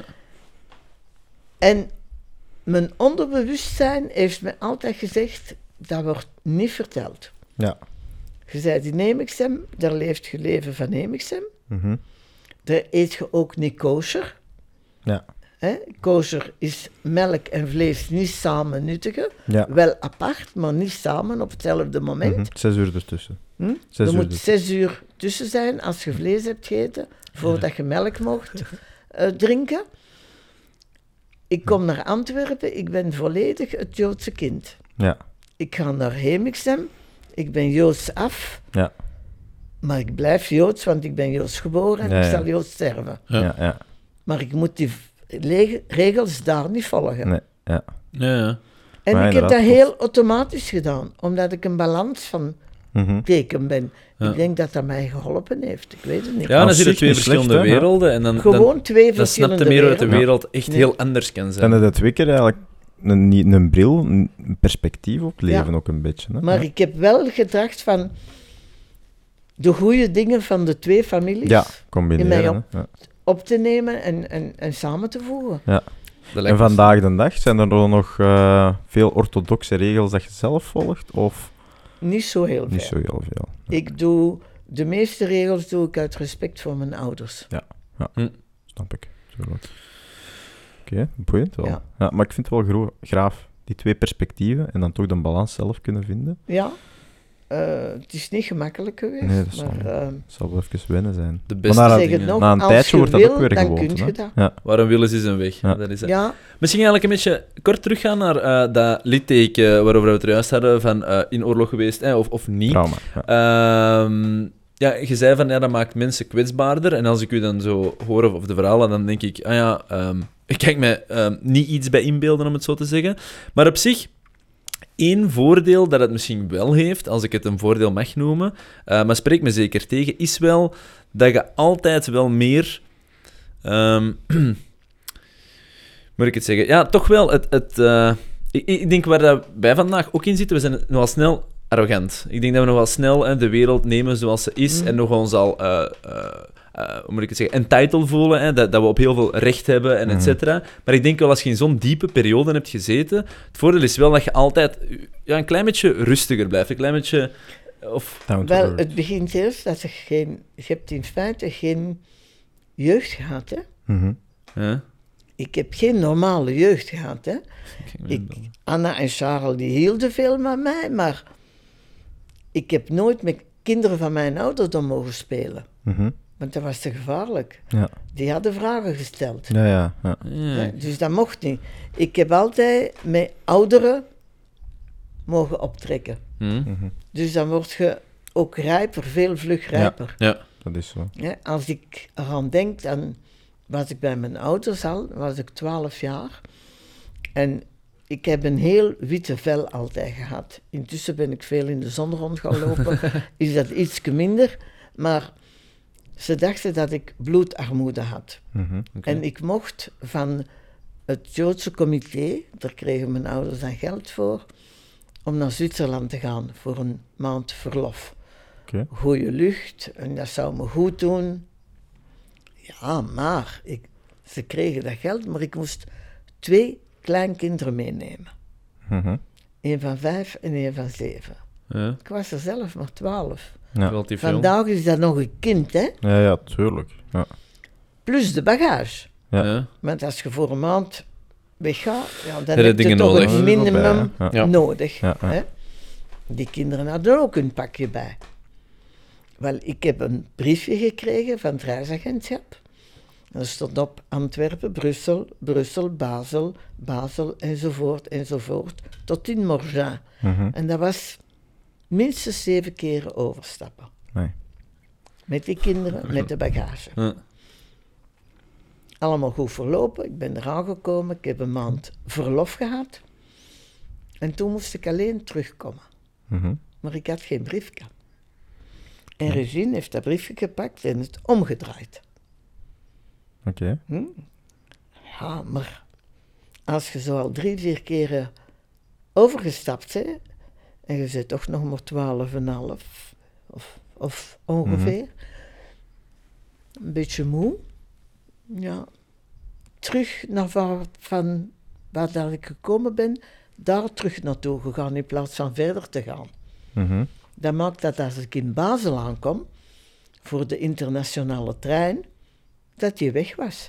A: En mijn onderbewustzijn heeft me altijd gezegd, dat wordt niet verteld.
B: Ja.
A: Je zei in Emixem, daar leeft je leven van Emixem.
B: Mhm.
A: Daar eet je ook niet kosher.
B: Ja.
A: Hè? Kosher is melk en vlees niet samen nuttigen.
B: Ja.
A: Wel apart, maar niet samen op hetzelfde moment.
B: Mhm. Zes uur ertussen.
A: Hm?
B: Zes
A: er
B: uur
A: moet
B: dus.
A: zes uur tussen zijn als je vlees hebt gegeten, voordat je melk mocht eh, drinken. Ik kom naar Antwerpen, ik ben volledig het Joodse kind.
B: Ja.
A: Ik ga naar Hemixem, ik ben Joods af,
B: Ja.
A: maar ik blijf Joods, want ik ben Joods geboren en
B: Ja,
A: ik
B: ja.
A: zal Joods sterven.
E: Ja.
B: Ja. Ja.
A: Maar ik moet die v- le- regels daar niet volgen.
B: Nee. Ja.
E: Ja, ja.
A: En
B: Maar
A: ik heb dat
B: inderdaad,
A: heel automatisch gedaan, omdat ik een balans van
B: Mhm.
A: teken ben.
E: Ja.
A: Ik denk dat dat mij geholpen heeft, ik weet het niet.
E: Ja, dan
B: Op
E: zie je
B: zich
E: twee
B: niet slecht,
E: verschillende
B: hè? Ja.
E: werelden en dan, dan,
A: Gewoon twee
E: dan snap
A: verschillende
E: je meer dat de
A: werelden.
E: wereld echt
A: Nee.
E: heel anders kan zijn.
B: Zijn er twee keer eigenlijk een, niet- een bril, een perspectief op het leven
A: Ja.
B: ook een beetje. Hè?
A: Maar
B: Ja.
A: ik heb wel gedacht van de goede dingen van de twee families
B: Ja,
A: in mij
B: combineren.
A: op.
B: hè. Ja.
A: op te nemen en, en, en samen te voegen.
E: Dat
B: En
E: lijkt me-
B: vandaag de dag, zijn er dan nog eh, veel orthodoxe regels dat je zelf volgt? Of
A: Niet zo heel veel.
B: niet zo heel veel?
A: Ik doe, de meeste regels doe ik uit respect voor mijn ouders.
B: Snap ik. Tuurlijk. Oké, boeiend wel.
A: Ja.
B: Ja, maar ik vind het wel gro- graaf, die twee perspectieven, en dan toch de balans zelf kunnen vinden.
A: Ja, eh, het is niet gemakkelijk geweest,
B: Nee, dat is
A: maar
B: wel-
A: eh,
B: Het zal wel even wennen zijn.
E: De
B: Maar
E: beste
B: na,
A: zeg het
E: dingen.
A: nog,
B: na een
A: als
B: tijdje
A: je
B: wordt dat
A: wil,
B: ook weer
A: dan
B: gewoonte.
A: kun je
B: hè?
A: dat.
B: Ja.
E: Waar een wil is, is een weg.
B: Ja.
E: Dat is het.
A: Ja,
E: Misschien eigenlijk een beetje kort teruggaan naar eh, dat litteken waarover we het er juist hadden, van eh, in oorlog geweest eh, of, of niet.
B: Trauma. Ja.
E: Ehm, ja, je zei van, ja, dat maakt mensen kwetsbaarder. En als ik u dan zo hoor, of, of de verhalen, dan denk ik, ah ja, ehm, ik kan me ehm, niet iets bij inbeelden, om het zo te zeggen. Maar op zich, één voordeel dat het misschien wel heeft, als ik het een voordeel mag noemen, eh, maar spreek me zeker tegen, is wel dat je altijd wel meer... ehm, moet ik het zeggen? Ja, toch wel het... het eh, ik, ik denk waar dat wij vandaag ook in zitten, we zijn nogal snel arrogant. Ik denk dat we nogal snel hè, de wereld nemen zoals ze is
A: Mm.
E: en nog ons al... eh, eh, eh, hoe moet ik het zeggen? Entitled voelen, hè, dat, dat we op heel veel recht hebben en et cetera. Maar ik denk wel, als je in zo'n diepe periode hebt gezeten, het voordeel is wel dat je altijd ja, een klein beetje rustiger blijft. Een klein beetje... Of,
B: Down to
A: wel,
B: earth.
A: het begint eerst dat je geen... Je hebt in feite geen jeugd gehad, hè.
B: Mhm.
E: ja.
A: Ik heb geen normale jeugd gehad, hè.
E: Ik,
A: Ik, Anna en Charles die hielden veel van mij, maar ik heb nooit met kinderen van mijn ouderdom mogen spelen.
B: Mhm.
A: Want dat was te gevaarlijk.
B: Ja.
A: Die hadden vragen gesteld.
B: Ja, ja, ja.
E: ja.
A: Hè, dus dat mocht niet. Ik heb altijd met ouderen mogen optrekken.
E: Hm?
B: Mhm.
A: Dus dan word je ook rijper, veel vlug rijper.
E: Ja.
B: Dat is zo.
A: Hè, als ik eraan denk, dan was ik bij mijn ouders al, was ik twaalf jaar. En ik heb een heel witte vel altijd gehad. Intussen ben ik veel in de zon rond gaan lopen. Is dat iets minder. Maar ze dachten dat ik bloedarmoede had.
B: Mhm.
E: Oké.
A: En ik mocht van het Joodse comité, daar kregen mijn ouders dan geld voor, om naar Zwitserland te gaan voor een maand verlof.
B: Oké.
A: Goeie lucht, en dat zou me goed doen. Ja, maar ik, ze kregen dat geld, maar ik moest twee kleinkinderen meenemen.
B: Mhm.
A: Eén van vijf en één van zeven.
E: Ja.
A: Ik was er zelf maar twaalf.
B: Ja.
E: Relatief veel.
A: Vandaag is dat nog een kind, hè?
B: Ja, ja, tuurlijk. Ja.
A: Plus de bagage.
B: Ja.
E: Ja.
A: Want als je voor een maand weggaat, ja, dan
E: je
A: heb je
E: dingen
A: toch
E: nodig.
A: het minimum
B: Ja.
E: Ja.
A: nodig.
B: Ja, ja.
A: Hè? Die kinderen hadden ook een pakje bij. Wel, ik heb een briefje gekregen van het reisagentschap. Er stond op Antwerpen, Brussel, Brussel, Basel, Basel, enzovoort, enzovoort, tot in Morgin.
B: Mhm.
A: En dat was minstens zeven keren overstappen.
B: Nee.
A: Met die kinderen, met de bagage.
E: Ja.
A: Allemaal goed verlopen. Ik ben eraan gekomen. Ik heb een maand verlof gehad. En toen moest ik alleen terugkomen.
B: Mhm.
A: Maar ik had geen briefje. En Regine heeft dat briefje gepakt en het omgedraaid.
B: Oké.
A: Hm? Ja, maar als je zo al drie, vier keren overgestapt bent, en je zit toch nog maar twaalf en een half, of, of ongeveer, een beetje moe, ja, terug naar waar, van waar dat ik gekomen ben, daar terug naartoe gegaan in plaats van verder te gaan.
B: Mhm.
A: Dat maakt dat als ik in Basel aankom, voor de internationale trein, dat die weg was.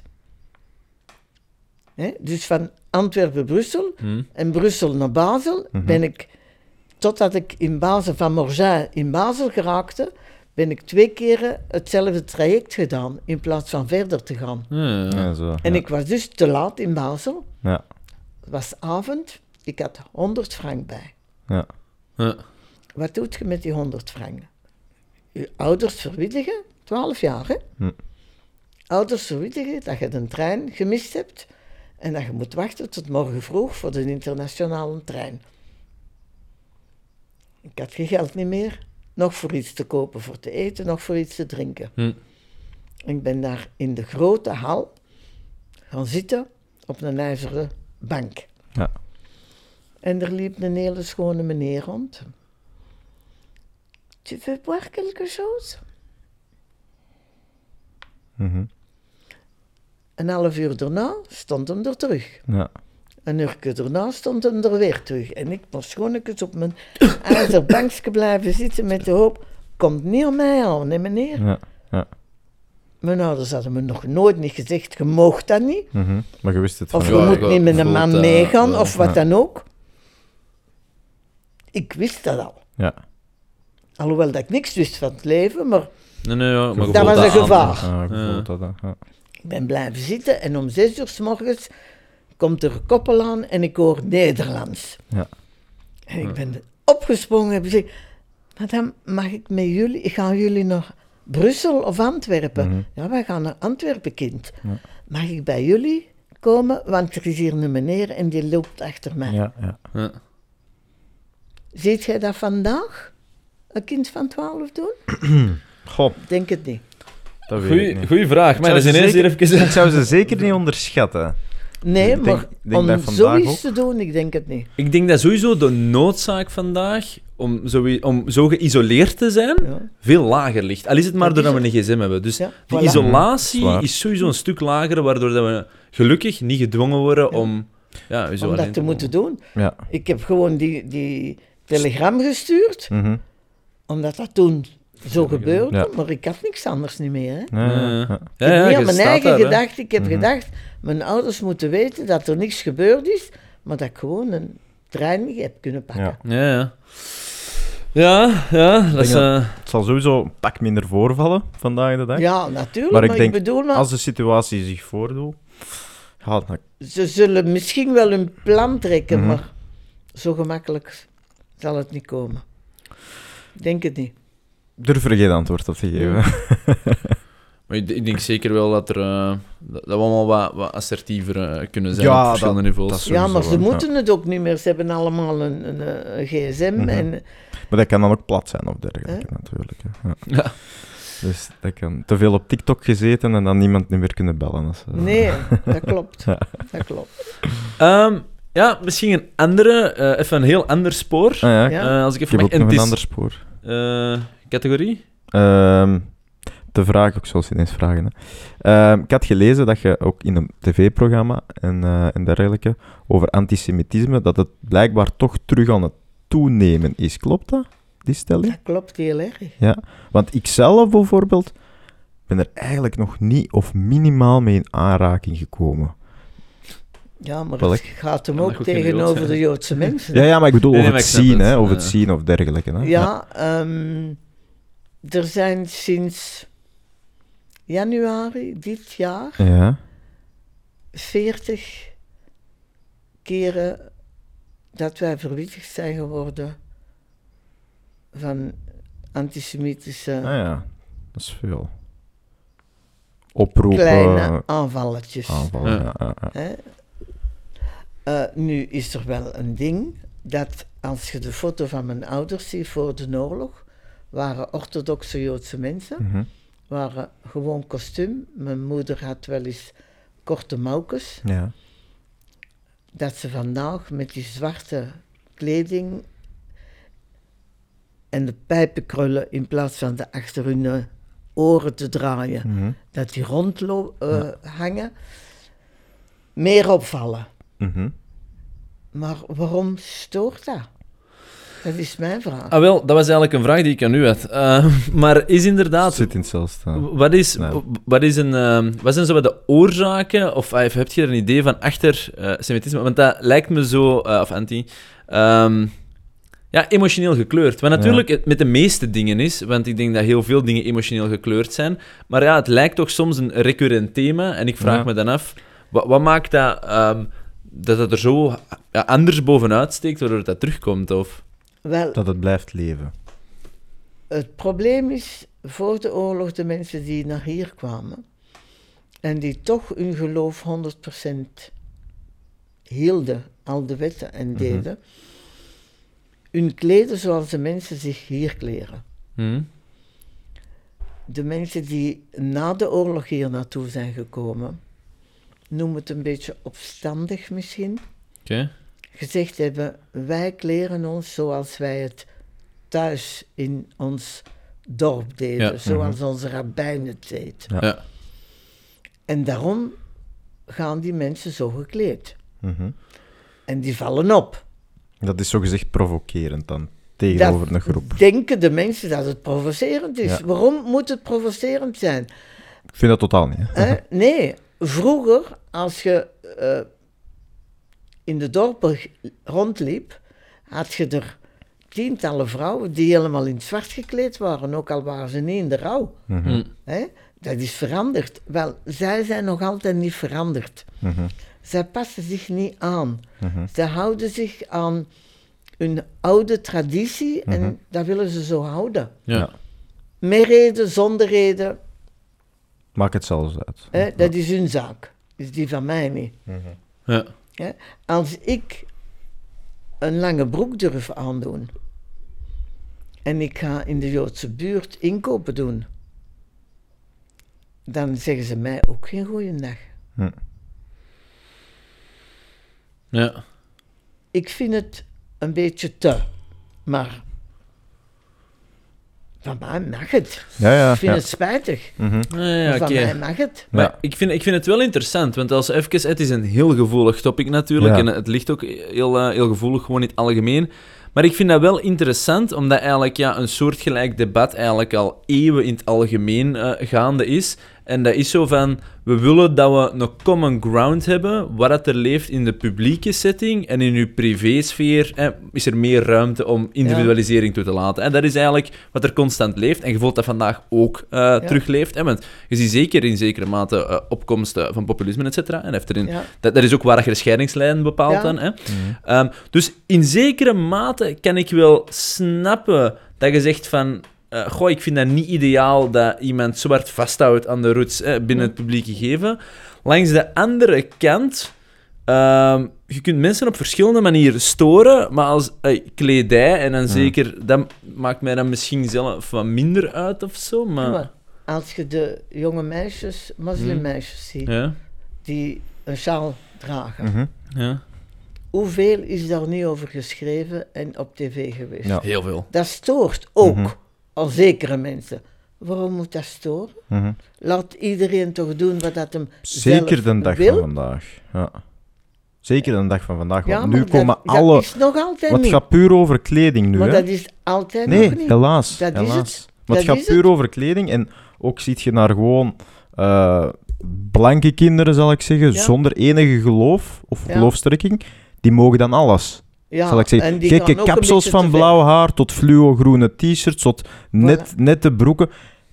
A: Hè? Dus van Antwerpen-Brussel
E: Hm.
A: en Brussel naar Basel
B: Mhm.
A: ben ik, totdat ik in Basel, van Morgin in Basel geraakte, ben ik twee keren hetzelfde traject gedaan, in plaats van verder te gaan.
E: Ja, ja.
B: Ja, zo.
A: En
B: ja.
A: ik was dus te laat in Basel.
B: Ja.
A: Het was avond, ik had honderd frank bij.
B: Ja.
E: Ja.
A: Wat doet je met die honderd frank? Je ouders verwittigen, twaalf jaar hè?
B: Hm.
A: Ouders verwittigen dat je de trein gemist hebt en dat je moet wachten tot morgen vroeg voor de internationale trein. Ik had geen geld niet meer, nog voor iets te kopen voor te eten, nog voor iets te drinken.
E: Hm.
A: Ik ben daar in de grote hal gaan zitten op een ijzeren bank.
B: Ja.
A: En er liep een hele schone meneer rond. Tu veux boire quelque chose?
B: Mhm.
A: Een half uur daarna stond hem er terug.
B: Ja.
A: Een uur daarna stond hem er weer terug. En ik moest gewoon eens op mijn ijzerbankje blijven zitten met de hoop, komt niet aan mij aan, hè meneer?
B: Ja. Ja.
A: Mijn ouders hadden me nog nooit niet gezegd, je moogt dat niet.
B: Mhm. Maar je wist het van...
A: Of
E: Ja,
A: je moet
E: ik
A: niet met een
E: voel
A: man
E: dat
A: meegaan,
E: wel.
A: of wat
B: Ja.
A: dan ook. Ik wist dat al.
B: Ja.
A: Alhoewel dat ik niks wist van het leven, maar
E: Nee, nee, ja, maar je
A: Dat
E: voelt
A: was een
E: aan.
A: gevaar.
B: Ah, ik
E: Ja.
B: voel dat, hè. Ja.
A: ik ben blijven zitten en om zes uur 's morgens komt er een koppel aan en ik hoor Nederlands.
B: Ja.
A: En ik ben opgesprongen en gezegd, madame, mag ik met jullie, gaan jullie naar Brussel of Antwerpen?
B: Mhm.
A: Ja, wij gaan naar Antwerpen, kind.
B: Ja.
A: Mag ik bij jullie komen? Want er is hier een meneer en die loopt achter mij.
B: Ja, ja.
E: Ja.
A: Ziet jij dat vandaag? Een kind van twaalf doen?
B: Goh,
A: Denk het niet.
B: dat weet ik
E: Goeie,
B: niet.
E: goeie vraag, maar
B: Ik
E: dat
B: zou
E: is
B: ze
E: ineens
B: zeker-
E: hier even...
B: Ik zou ze zeker niet onderschatten.
A: Nee,
B: Ik denk-
A: maar
B: ik denk
A: om
B: dat vandaag
A: zoiets
B: ook.
A: te doen, ik denk het niet.
E: Ik denk dat sowieso de noodzaak vandaag om zo, om zo geïsoleerd te zijn
A: Ja.
E: veel lager ligt. Al is het maar
A: Dat is
E: doordat we een gsm hebben. Dus
A: Ja,
E: die
A: voilà.
E: isolatie
B: Zwaar.
E: is sowieso een stuk lager, waardoor dat we gelukkig niet gedwongen worden om... Ja, zo
A: Om
E: alleen
A: dat te moeten
E: wonen.
A: doen.
B: Ja.
A: Ik heb gewoon die, die telegram gestuurd,
B: Mhm.
A: omdat dat toen zo gebeurde,
B: Ja.
A: maar ik had niks anders niet meer. Hè.
B: Ja,
E: Ja,
B: ja, ja.
A: Ik
E: ja,
A: heb
E: ja,
A: niet
E: je
A: aan mijn
E: staat
A: eigen
E: daar, hè.
A: gedacht. Ik heb
B: Mhm.
A: gedacht, mijn ouders moeten weten dat er niks gebeurd is, maar dat ik gewoon een trein niet heb kunnen pakken.
B: Ja.
E: Ja, ja. Ja, ja, dat is...
B: denk
E: eh,
B: Het zal sowieso een pak minder voorvallen vandaag de dag.
A: Ja, natuurlijk,
B: Maar
A: maar,
B: ik
A: ik,
B: denk,
A: bedoel maar,
B: Als de situatie zich voordoet, ja, dan...
A: ze zullen misschien wel hun plan trekken,
B: Mhm.
A: maar zo gemakkelijk zal het niet komen. Ik denk het niet.
B: durf er geen antwoord op te geven.
E: maar ik, ik denk zeker wel dat, er, eh, dat dat we allemaal wat, wat assertiever eh, kunnen zijn
B: Ja,
E: op verschillende
B: dat-
E: niveaus.
B: dat is
A: Ja, maar
B: sowieso
A: ze
B: wel,
A: moeten het ook niet meer. Ze hebben allemaal een, een, een gsm
B: Mhm.
A: en
B: Maar dat kan dan ook plat zijn of dergelijke, natuurlijk. Hè. Ja.
E: Ja.
B: Dus dat kan te veel op TikTok gezeten en dan niemand niet meer kunnen bellen. Dat is, eh,
A: nee, dat klopt.
B: Ja.
A: Dat klopt.
E: Ehm, ja, misschien een andere, eh, even een heel ander spoor.
B: Ah, ja.
A: Ja.
E: Eh, als ik
B: Ik
E: even
B: heb ook
E: mag- en
B: nog
E: het
B: een
E: is,
B: ander spoor.
E: eh, categorie?
B: Ehm, de vraag, ik zal ze ineens vragen. Hè. Ehm, ik had gelezen dat je ook in een tv-programma en, eh, en dergelijke over antisemitisme, dat het blijkbaar toch terug aan het toenemen is. Klopt dat, die stelling?
A: Dat klopt heel erg.
B: Ja, want ik zelf bijvoorbeeld ben er eigenlijk nog niet of minimaal mee in aanraking gekomen.
A: Ja, maar
B: Welk?
A: het gaat hem
E: Kan
A: ook
E: dat goed geen Jood
A: tegenover
E: zijn?
A: de Joodse mensen.
B: Ja, ja, maar ik bedoel
E: Nee, nee,
B: of
E: maar
B: het
E: ik snap
B: zien,
E: het.
B: hè, of het
E: Ja.
B: zien of dergelijke. Hè.
A: Ja, ehm, er zijn sinds januari dit jaar
B: Ja.
A: veertig keren dat wij verwittigd zijn geworden van antisemitische
B: Ah ja, dat is veel. Oproepen,
A: kleine aanvalletjes.
B: aanvallen.
E: Ja.
B: Ja, ja, ja.
A: Hè? Eh, nu is er wel een ding dat als je de foto van mijn ouders ziet voor de oorlog, waren orthodoxe Joodse mensen.
B: Mhm.
A: waren gewoon kostuum. Mijn moeder had wel eens korte mouwkes.
B: Ja.
A: Dat ze vandaag met die zwarte kleding en de pijpenkrullen in plaats van de achter hun uh, oren te draaien,
B: Mhm.
A: dat die rondhangen, uh, meer opvallen.
B: Mhm.
A: Maar waarom stoort dat? Dat is mijn vraag.
E: Ah, wel, dat was eigenlijk een vraag die ik aan u had. Uh, maar is inderdaad...
B: Zit in hetzelfde.
E: Wat, is,
B: Nee.
E: wat, is een, uh, wat zijn zo wat de oorzaken, of uh, heb je er een idee van achter uh, semitisme? Want dat lijkt me zo, uh, of anti, um, ja, emotioneel gekleurd. Wat natuurlijk het met de meeste dingen is, want ik denk dat heel veel dingen emotioneel gekleurd zijn. Maar ja, het lijkt toch soms een recurrent thema. En ik vraag
B: Ja.
E: me dan af, wat, wat maakt dat, um, dat het er zo ja, anders bovenuit steekt, waardoor dat terugkomt? Of...
A: Wel,
B: Dat het blijft leven.
A: het probleem is, voor de oorlog, de mensen die naar hier kwamen en die toch hun geloof honderd procent hielden, al de wetten en
B: Mhm.
A: deden, hun kleden zoals de mensen zich hier kleren.
E: Hm?
A: De mensen die na de oorlog hier naartoe zijn gekomen, noem het een beetje opstandig misschien,
E: Oké. Okay.
A: gezegd hebben, wij kleren ons zoals wij het thuis in ons dorp deden,
E: Ja.
A: zoals onze rabbijn het deed.
B: Ja.
E: Ja.
A: En daarom gaan die mensen zo gekleed.
B: Mhm.
A: En die vallen op.
B: Dat is zogezegd provocerend dan, tegenover
A: Dat
B: een groep.
A: denken de mensen dat het provocerend is.
B: Ja.
A: Waarom moet het provocerend zijn?
B: Ik vind dat totaal niet. Hè?
A: Hè? Nee, vroeger, als je uh, in de dorpen rondliep, had je er tientallen vrouwen die helemaal in het zwart gekleed waren, ook al waren ze niet in de rouw.
B: Mhm.
E: Hm.
A: Hè? Dat is veranderd. Wel, zij zijn nog altijd niet veranderd.
B: Mhm.
A: Zij passen zich niet aan.
B: Mhm.
A: Zij houden zich aan hun oude traditie en
B: Mhm.
A: dat willen ze zo houden.
E: Ja.
B: Ja.
A: Met reden, zonder reden,
B: Maak het zelfs uit.
A: hè? Dat is hun zaak. Is die van mij niet.
E: Ja.
A: Hè? Als ik een lange broek durf aandoen en ik ga in de Joodse buurt inkopen doen, dan zeggen ze mij ook geen goeiedag.
B: Hm.
E: Ja.
A: Ik vind het een beetje te, maar van mij mag het.
B: Ja, ja.
A: Ik vind
B: ja.
A: het spijtig,
B: Mhm.
E: Ah, ja,
A: maar van
E: oké.
A: mij mag het.
E: Maar
B: Ja.
E: ik, vind, ik vind het wel interessant, want als even, het is een heel gevoelig topic natuurlijk,
B: Ja.
E: en het ligt ook heel, uh, heel gevoelig, gewoon in het algemeen. Maar ik vind dat wel interessant, omdat eigenlijk ja, een soortgelijk debat eigenlijk al eeuwen in het algemeen uh, gaande is. En dat is zo van, we willen dat we een common ground hebben, wat dat er leeft in de publieke setting en in uw privésfeer eh, is er meer ruimte om individualisering toe te laten. En dat is eigenlijk wat er constant leeft. En je voelt dat vandaag ook uh, ja. terugleeft. Hè? Want je ziet zeker in zekere mate uh, opkomsten van populisme, et cetera. En heeft erin,
A: Ja.
E: dat, dat is ook waar je de scheidingslijn bepaalt
A: Ja.
E: dan. Hè? Mm-hmm. Um, dus in zekere mate kan ik wel snappen dat je zegt van... Uh, goh, ik vind dat niet ideaal dat iemand zo hard vasthoudt aan de roots eh, binnen het publieke gegeven. Langs de andere kant, uh, je kunt mensen op verschillende manieren storen, maar als uh, kledij, en dan ja. zeker, dat maakt mij dan misschien zelf wat minder uit of zo, maar...
A: Ja, maar als je de jonge meisjes, moslimmeisjes hmm. ziet,
E: ja.
A: die een sjaal dragen,
B: Mm-hmm.
E: ja.
A: hoeveel is daar niet over geschreven en op tv geweest?
B: Ja.
E: Heel veel.
A: Dat stoort ook. Mm-hmm. Al zekere mensen. Waarom moet dat storen?
B: Mm-hmm.
A: Laat iedereen toch doen wat dat hem
B: Zeker
A: zelf
B: de dag
A: wil.
B: van vandaag. Ja. Zeker de dag van vandaag.
A: Ja,
B: Want nu
A: dat,
B: komen
A: dat
B: alle...
A: is nog altijd
B: Wat
A: niet.
B: gaat puur over kleding nu,
A: maar
B: hè?
A: dat is altijd
B: nee,
A: nog niet.
B: helaas.
A: Dat
B: helaas.
A: is het.
B: Maar het
A: dat
B: gaat puur
A: het.
B: over kleding. En ook ziet je naar gewoon uh, blanke kinderen, zal ik zeggen, ja. zonder enige geloof of ja. geloofstrekking. Die mogen dan alles.
A: Ja,
B: zal ik zeggen.
A: en die
B: gekke kapsels van blauw haar tot fluo-groene t-shirts, tot net, voilà. nette broeken.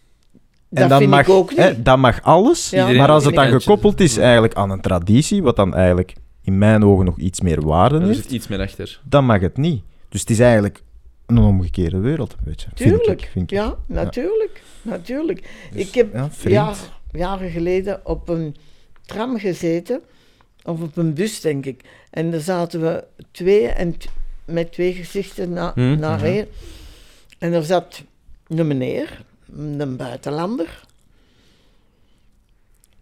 B: En
A: dat
B: dan
A: vind
B: mag,
A: ik ook niet.
B: Hè, dat mag alles,
A: ja,
B: maar als het dan
E: eentje.
B: gekoppeld is eigenlijk aan een traditie, wat dan eigenlijk in mijn ogen nog iets meer waarde
E: heeft,
B: heeft,
E: er zit iets meer achter.
B: dan mag het niet. Dus het is eigenlijk een omgekeerde wereld, weet je.
A: Tuurlijk,
B: vind ik, vind ik.
A: ja, natuurlijk, ja. natuurlijk.
B: Dus,
A: ik heb
B: ja,
A: jaar, jaren geleden op een tram gezeten, of op een bus, denk ik. En daar zaten we twee en t- met twee gezichten na,
E: hmm.
A: naar één. En er zat een meneer, een buitenlander,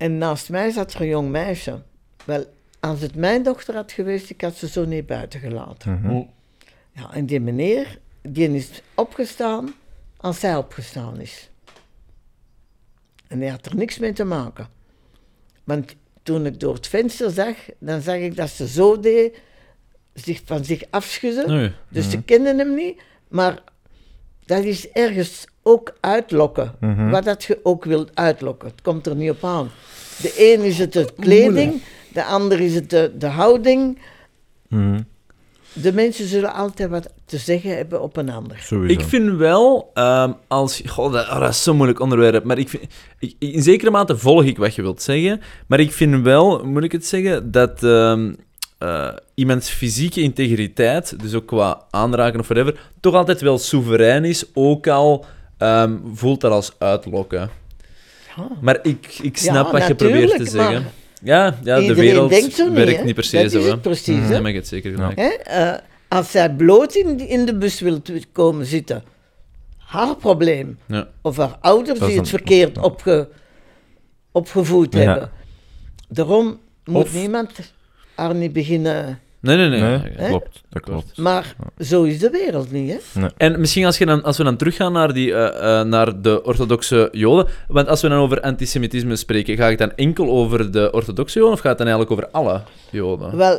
A: En naast mij zat er een jong meisje. Wel, als het mijn dochter had geweest, ik had ze zo niet buiten gelaten.
B: Mhm.
A: Ja, en die meneer, die is opgestaan als zij opgestaan is. En hij had er niks mee te maken. Want toen ik door het venster zag, dan zag ik dat ze zo deed, zich van zich afschudden.
E: Oei.
A: Dus ze kenden hem niet, maar dat is ergens ook uitlokken.
B: Mhm.
A: Wat dat je ook wilt uitlokken. Het komt er niet op aan. De een is het de kleding, de ander is het de, de houding.
B: Mhm.
A: De mensen zullen altijd wat te zeggen hebben op een ander.
B: Sowieso.
E: Ik vind wel, ehm, als... Goh, dat, oh, dat is zo'n moeilijk onderwerp, maar ik vind... Ik, in zekere mate volg ik wat je wilt zeggen, maar ik vind wel, moet ik het zeggen, dat ehm, eh, iemands fysieke integriteit, dus ook qua aanraken of whatever, toch altijd wel soeverein is, ook al ehm, voelt dat als uitlokken.
A: Ja.
E: Maar ik, ik
A: Ja,
E: snap wat je
A: natuurlijk,
E: probeert te zeggen.
A: maar
E: Ja, ja, de
A: iedereen
E: wereld
A: denkt zo niet,
E: werkt
A: hè.
E: niet per se
A: Dat
E: zo.
A: is
E: hè.
A: het precies,
E: Mhm.
A: hè.
E: Nee, maar je hebt zeker gelijk.
A: Hè? Eh, als zij bloot in, die- in de bus wil t- komen zitten, haar probleem.
E: Ja.
A: Of haar ouders
B: Dat is
A: die het
B: een-
A: verkeerd
B: ja.
A: opge, opgevoed
B: Ja.
A: hebben. Daarom moet
B: Of-
A: niemand haar niet beginnen...
E: Nee, nee, nee.
B: Nee,
E: Ja,
B: klopt. Dat klopt.
A: Maar zo is de wereld niet, hè.
E: En misschien als, je dan, als we dan teruggaan naar, die, eh, eh, naar de orthodoxe Joden, want als we dan over antisemitisme spreken, gaat het dan enkel over de orthodoxe Joden of gaat het dan eigenlijk over alle Joden?
A: Wel,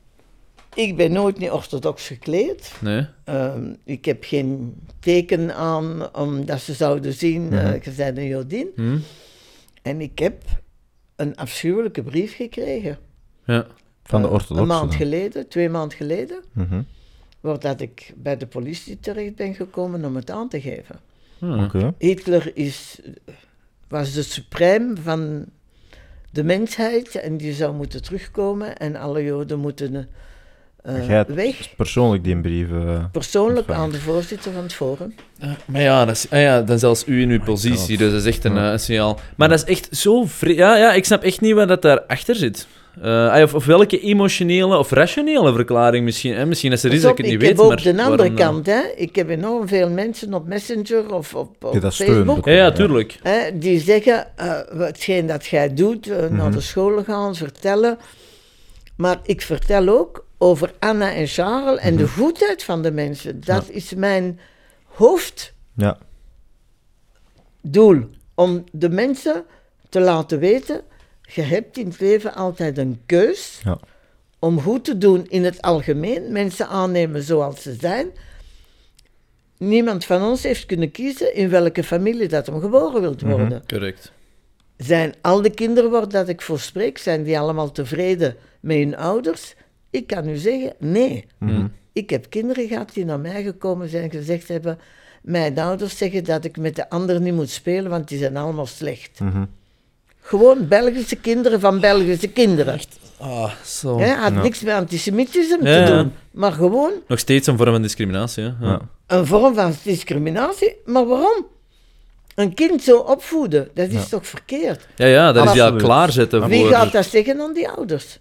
A: ik ben nooit niet orthodox gekleed.
E: Nee?
A: Ehm, ik heb geen teken aan omdat ze zouden zien, eh,
B: Mhm.
A: je bent een Jodin.
E: Hm?
A: En ik heb een afschuwelijke brief gekregen.
E: Ja.
B: Van de
A: Eh,
B: orthodoxe.
A: Een maand
B: dan.
A: geleden, twee maanden geleden,
B: Mhm.
A: waar dat ik bij de politie terecht ben gekomen om het aan te geven.
E: Hm.
B: Oké.
A: Hitler is, was de supreme van de mensheid en die zou moeten terugkomen en alle Joden moeten eh,
B: Jij hebt
A: weg.
B: persoonlijk die brief... eh,
A: Persoonlijk
B: ontvangen.
A: aan de voorzitter van het forum.
E: Uh, maar ja, dat is, ah ja, dan zelfs u in uw
B: my
E: positie,
B: God.
E: dus dat is echt een
B: Ja.
E: eh, signaal. Maar dat is echt zo vreemd. Ja, ja, ik snap echt niet wat dat daarachter zit. Eh, ah, of, of welke emotionele of rationele verklaring misschien. Hè? Misschien dat ze er is
A: Pas
E: dat
A: op,
E: ik het
A: ik
E: niet
A: heb
E: weet,
A: ook
E: maar
A: de andere
E: waarom dan?
A: kant. Hè. Ik heb enorm veel mensen op Messenger of op, op
B: Die dat
A: Facebook
B: steunen.
E: Ja, ja, tuurlijk.
A: hè, die zeggen, uh, hetgeen dat jij doet, uh, naar
B: Mhm.
A: de scholen gaan, vertellen. Maar ik vertel ook over Anna en Charles en de goedheid van de mensen. Dat is mijn hoofddoel,
B: Ja.
A: om de mensen te laten weten, je hebt in het leven altijd een keus
B: Ja.
A: om goed te doen in het algemeen, mensen aannemen zoals ze zijn. Niemand van ons heeft kunnen kiezen in welke familie dat hem geboren wilt worden.
B: Mhm.
E: Correct.
A: Zijn al de kinderen waar dat ik voor spreek, zijn die allemaal tevreden met hun ouders? Ik kan u zeggen, nee.
B: Mhm.
A: Ik heb kinderen gehad die naar mij gekomen zijn en gezegd hebben, mijn ouders zeggen dat ik met de anderen niet moet spelen, want die zijn allemaal slecht.
B: Mhm.
A: Gewoon Belgische kinderen van Belgische kinderen.
E: Ah, zo.
A: Hè, had
B: Ja.
A: niks met antisemitisme
E: Ja,
A: te
E: ja.
A: doen, maar gewoon
E: Nog steeds een vorm van discriminatie. Hè? Ja.
B: Ja.
A: een vorm van discriminatie. Maar waarom? Een kind zo opvoeden, dat is
B: Ja.
A: toch verkeerd?
E: Ja, ja, dat is die al
B: Absoluut.
E: klaarzetten
A: Wie
E: voor...
A: gaat dat zeggen aan die ouders?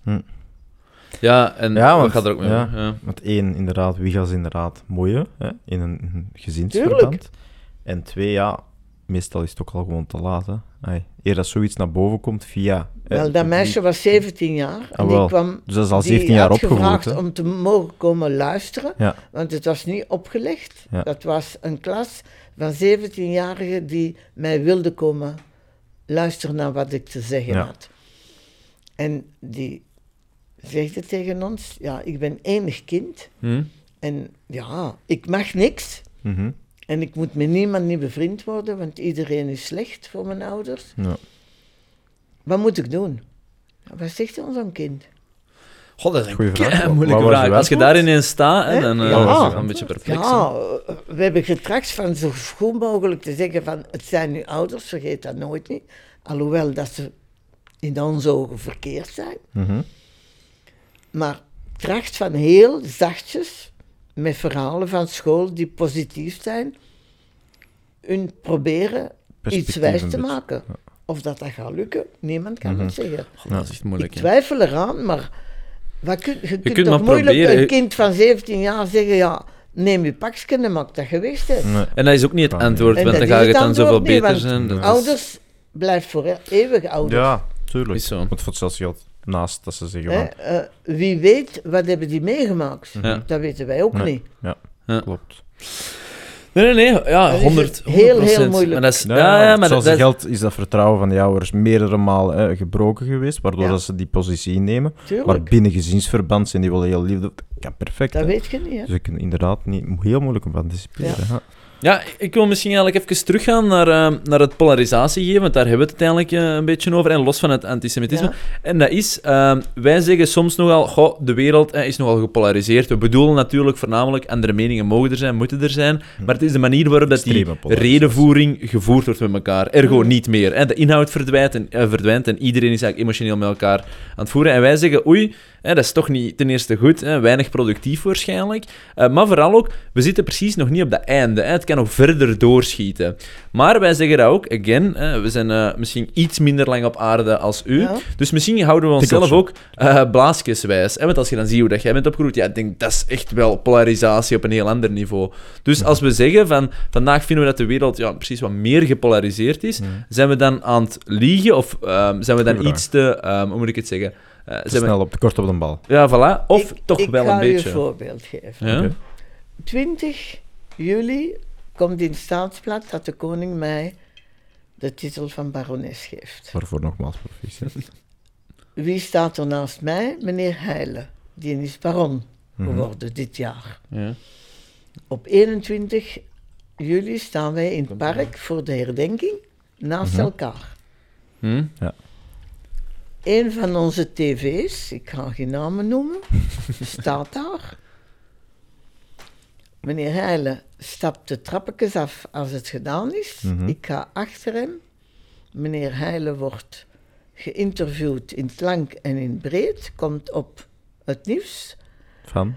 E: Ja, en
B: Ja,
E: wat
B: want-
E: gaat er ook mee?
B: ja.
E: om? Ja.
B: Want één, inderdaad, wie gaat ze inderdaad mooien hè, in een, een gezinsverband.
A: Tuurlijk.
B: En twee, ja, meestal is het ook al gewoon te laat. Hè. Ai, eer dat zoiets naar boven komt via... hè,
A: Wel, dat meisje was zeventien jaar en
B: Ah,
A: die
B: wel.
A: kwam...
B: Dus dat is al
A: die
B: zeventien jaar
A: had
B: opgevoed.
A: gevraagd
B: Hè.
A: om te mogen komen luisteren,
B: Ja.
A: want het was niet opgelegd.
B: Ja.
A: Dat was een klas van zeventienjarigen die mij wilden komen luisteren naar wat ik te zeggen
B: Ja.
A: had. En die zegde tegen ons, ja, ik ben enig kind
E: Hm?
A: en ja, ik mag niks.
B: Mhm.
A: En ik moet met niemand niet bevriend worden, want iedereen is slecht voor mijn ouders.
B: Ja.
A: Wat moet ik doen? Ja, wat zegt dan zo'n kind?
E: God, dat is een
B: Goeie vraag.
E: kei moeilijke
B: Wat was
E: vraag.
B: uw
E: Als je
B: antwoord?
E: daarin eens staat, hè,
A: Hè?
E: dan eh,
A: Ja.
E: is het een beetje perplex. hè.
A: Ja, eh, we hebben getracht van zo goed mogelijk te zeggen van het zijn nu ouders, vergeet dat nooit niet. Alhoewel dat ze in onze ogen verkeerd zijn.
B: Mhm.
A: Maar tracht van heel zachtjes, met verhalen van school die positief zijn, hun proberen iets
B: Perspectief
A: wijs
B: een
A: te
B: beetje.
A: maken. Of dat dat gaat lukken, niemand kan
B: Mhm.
A: het zeggen.
E: God, dat is echt moeilijk.
A: Ik
E: hè.
A: twijfel eraan, maar wat kun, je kunt
E: kunt
A: toch
E: maar
A: moeilijk
E: proberen.
A: een kind van zeventien jaar zeggen, ja, neem je pakje en maak dat je weg bent.
B: Nee.
E: En dat is ook niet het
B: Ja,
E: antwoord,
A: En
E: want
A: dat
E: dan
A: is
E: gaat het
A: het
E: dan zoveel
A: antwoord niet,
E: beter
A: want
E: zijn. Dat is-
A: Ouders blijft voor eeuwig ouder.
B: Ja, tuurlijk.
E: Is zo.
B: Want voor hetzelfde geld, naast dat ze zeggen
A: Hè,
B: van...
A: eh, wie weet, wat hebben die meegemaakt?
E: Ja.
A: Dat weten wij ook
B: Nee.
A: niet.
B: Ja,
E: Ja.
B: klopt.
E: Nee, nee, nee. Ja,
A: Dat is
E: honderd.
A: heel, heel
E: honderd procent.
A: moeilijk.
E: Maar dat is,
B: Ja,
E: ja, ja, maar
B: zoals
E: dat,
B: geld is dat vertrouwen van de ouders meerdere malen hè, gebroken geweest, waardoor
A: Ja.
B: dat ze die positie innemen.
A: Tuurlijk,
B: Maar binnen gezinsverband zijn die wel heel lief. Ja, perfect.
A: dat
B: hè.
A: weet je niet. Hè?
B: Dus ik kan inderdaad niet, heel moeilijk om te anticiperen.
A: Ja.
B: hè.
E: Ja, ik wil misschien eigenlijk even teruggaan naar, uh, naar het polarisatiegeven, want daar hebben we het uiteindelijk uh, een beetje over, en los van het antisemitisme.
A: Ja.
E: En dat is, uh, wij zeggen soms nogal, goh, de wereld uh, is nogal gepolariseerd. We bedoelen natuurlijk voornamelijk, andere meningen mogen er zijn, moeten er zijn, maar het is de manier waarop dat die
B: Extreme polarisatie.
E: redenvoering gevoerd wordt met elkaar. Ergo niet meer. Hè. De inhoud verdwijnt en, uh, verdwijnt en iedereen is eigenlijk emotioneel met elkaar aan het voeren. En wij zeggen, oei, hè, dat is toch niet ten eerste goed, hè, weinig productief waarschijnlijk. Uh, maar vooral ook, we zitten precies nog niet op dat einde. Hè. Het kan nog verder doorschieten. Maar wij zeggen dat ook, again, hè, we zijn uh, misschien iets minder lang op aarde als u.
A: Ja.
E: Dus misschien houden we onszelf
B: Tikkeltje.
E: ook uh, blaasjeswijs. Hè. Want als je dan ziet hoe dat jij bent opgegroeid, ja, ik denk, dat is echt wel polarisatie op een heel ander niveau. Dus als we zeggen van, vandaag vinden we dat de wereld ja, precies wat meer gepolariseerd is, zijn we dan aan het liegen? Of um, zijn we dan
B: Goeie
E: iets te, um, hoe moet ik het zeggen? Uh,
B: Te
E: zijn we-
B: snel op, kort op de bal.
E: ja, voilà. Of
A: Ik-
E: toch
A: ik
E: wel
A: ga
E: een beetje.
A: je een voorbeeld geven.
E: Ja?
B: Oké.
A: twintig juli komt in het Staatsblad dat de koning mij de titel van barones geeft.
B: Waarvoor nogmaals proficiat.
A: Wie staat er naast mij? Meneer Heijlen. Die is baron
B: Mhm.
A: geworden dit jaar.
E: Ja.
A: Op eenentwintig juli staan wij in het park voor de herdenking naast
B: Mhm.
A: elkaar.
E: Hm?
A: Een van onze tv's, ik ga geen namen noemen, staat daar. Meneer Heijlen stapt de trappetjes af als het gedaan is.
B: Mhm.
A: Ik ga achter hem. Meneer Heijlen wordt geïnterviewd in het lang en in het breed, komt op het nieuws.
B: Van?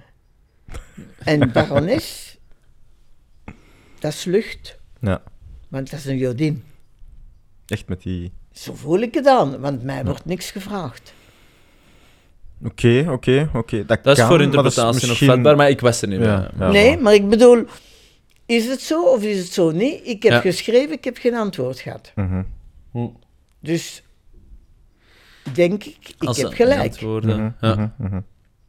A: En barones, dat is lucht,
B: Ja,
A: want dat is een Jodin.
B: echt met die...
A: Zo voel ik het aan, want mij wordt niks gevraagd.
B: Oké, oké, oké. Dat,
E: Dat is
B: kan,
E: voor
B: maar dat is
E: interpretatie nog
B: misschien-
E: vatbaar, maar ik was er niet
B: Ja,
E: bij.
B: ja,
A: Nee,
B: maar-
A: maar ik bedoel, is het zo of is het zo niet? Ik heb
E: Ja.
A: geschreven, ik heb geen antwoord gehad.
B: Mhm.
E: Hm.
A: Dus denk ik, ik
E: Als
A: heb
E: ze
A: gelijk.
E: niet antwoorden.
B: Mhm,
E: Ja.
B: mhm, mhm.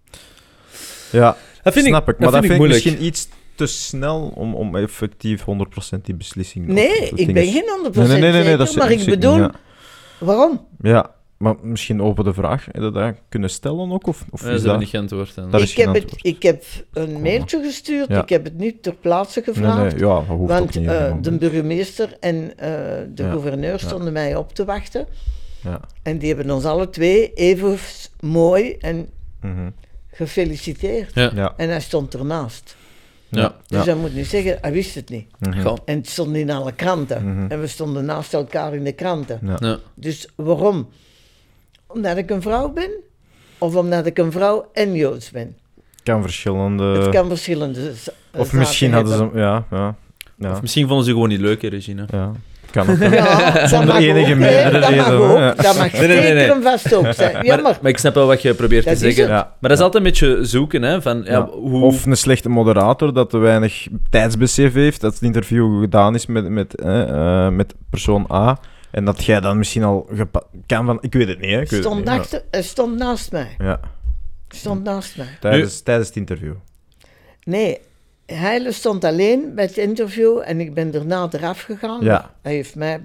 B: Ja,
E: Dat vind
B: snap
E: ik,
B: ik. Maar dat
E: vind
B: vind
E: ik
B: ik
E: moeilijk.
B: misschien iets te snel om, om effectief honderd procent die beslissing...
A: Nee,
B: of- of
A: ik
B: dingen-
A: ben geen honderd
B: Nee,
A: procent
B: nee, nee, nee,
A: zeker,
B: dat is-
A: maar ik
B: is-
A: bedoel,
B: ja.
A: waarom?
B: Ja, maar misschien open de vraag. Heb je dat kunnen stellen ook? Of, of
E: Ja,
B: is
E: ze
B: dat...
E: hebben niet geantwoord. dan.
B: Dat is
A: Ik
B: geen
A: heb, het,
B: antwoord.
A: ik heb een mailtje gestuurd,
B: Ja.
A: ik heb het niet ter plaatse
B: Nee,
A: gevraagd.
B: nee, ja, dat hoeft ook
A: Want
B: niet.
A: eh,
B: helemaal.
A: de burgemeester en eh, de
B: Ja,
A: gouverneur
B: ja.
A: stonden mij op te wachten.
B: Ja.
A: En die hebben ons alle twee even s- mooi en
B: Mhm.
A: gefeliciteerd.
E: Ja.
B: Ja.
A: En hij stond ernaast.
E: Ja.
A: Dus
B: Ja.
A: hij moet nu zeggen, hij wist het niet.
B: Mhm.
E: Goh.
A: En het stond in alle kranten.
B: Mhm.
A: En we stonden naast elkaar in de kranten.
B: Ja.
E: Ja.
A: Dus waarom? Omdat ik een vrouw ben? Of omdat ik een vrouw en Joods ben?
B: Kan verschillende...
A: Het kan verschillende z-
B: of
A: zaken
B: misschien hadden
A: hebben.
B: ze... Ja, ja. Ja.
E: Of misschien vonden ze gewoon niet leuk, hè, Regine.
B: ja. Kan ook.
A: Ja, dat
B: Zonder
A: mag
B: enige
A: ook, hè.
B: meerdere
A: Dat mag
B: reden,
A: ook.
B: ja.
A: Dat mag
E: Nee, nee, nee,
A: zeker
E: nee.
A: en vast ook zijn. Ja,
E: Maar,
A: maar
E: maar ik snap wel wat je probeert
A: Dat
E: te
A: is
E: zeggen.
A: het.
B: Ja.
E: Maar dat is altijd een beetje zoeken, hè. Van, ja,
B: Ja.
E: hoe...
B: Of een slechte moderator dat te weinig tijdsbesef heeft, dat het interview gedaan is met, met, eh, eh, met persoon A. En dat jij dan misschien al gepa- kan van... Ik weet het niet, hè. Ik weet
A: stond,
B: het niet,
A: achter, hij stond naast mij.
B: maar- ja,
A: Stond naast mij.
B: tijdens, tijdens het interview.
A: Nee, Heile stond alleen bij het interview en ik ben daarna eraf gegaan.
B: Ja.
A: Hij heeft mij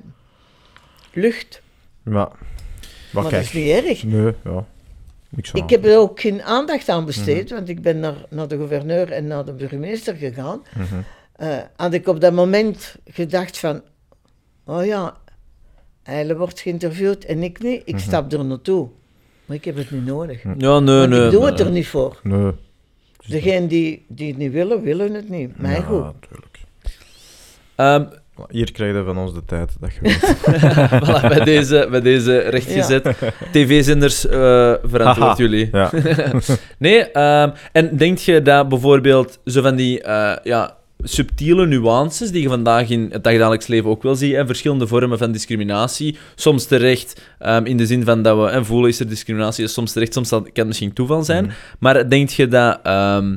A: lucht.
B: Ja. Maar
A: Maar dat
B: kijk.
A: is niet erg.
B: Nee, ja. Niks aan.
A: Ik heb er ook geen aandacht aan besteed,
B: Mhm.
A: want ik ben naar, naar de gouverneur en naar de burgemeester gegaan.
B: Mhm.
A: Eh, had ik op dat moment gedacht van, oh ja, Heile wordt geïnterviewd en ik niet, ik
B: Mhm.
A: stap er naartoe. Maar ik heb het niet nodig.
E: Ja, nee,
A: Want
E: nee.
A: ik doe
E: nee.
A: het er niet voor.
B: Nee.
A: Degenen die, die het niet willen, willen het niet. Mij
B: ja,
A: goed.
B: natuurlijk.
E: Ehm,
B: Hier krijg je van ons de tijd, dat je weet.
E: voilà, bij deze, bij deze rechtgezet. T V-zenders eh verantwoord
B: Haha.
E: jullie.
B: Ja.
E: Nee, ehm, en denk je dat bijvoorbeeld zo van die eh, ja, subtiele nuances die je vandaag in het dagelijks leven ook wel ziet, hè, verschillende vormen van discriminatie, soms terecht, ehm, in de zin van dat we hè, voelen is er discriminatie, is soms terecht, soms kan het misschien toeval zijn,
B: Mhm.
E: maar denk je dat... ehm,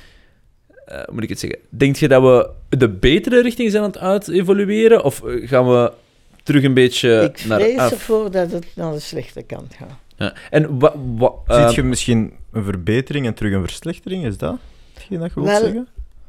E: eh, hoe moet ik het zeggen? Denk je dat we de betere richting zijn aan het uit evolueren? Of eh, gaan we terug een beetje
A: ik
E: naar
A: vrees
E: af.
A: ervoor dat het naar de slechte kant gaat.
E: Ja. En wat... Wa, uh,
B: Ziet je misschien een verbetering en terug een verslechtering? Is dat hetgeen dat je wilt
A: Wel,
B: zeggen?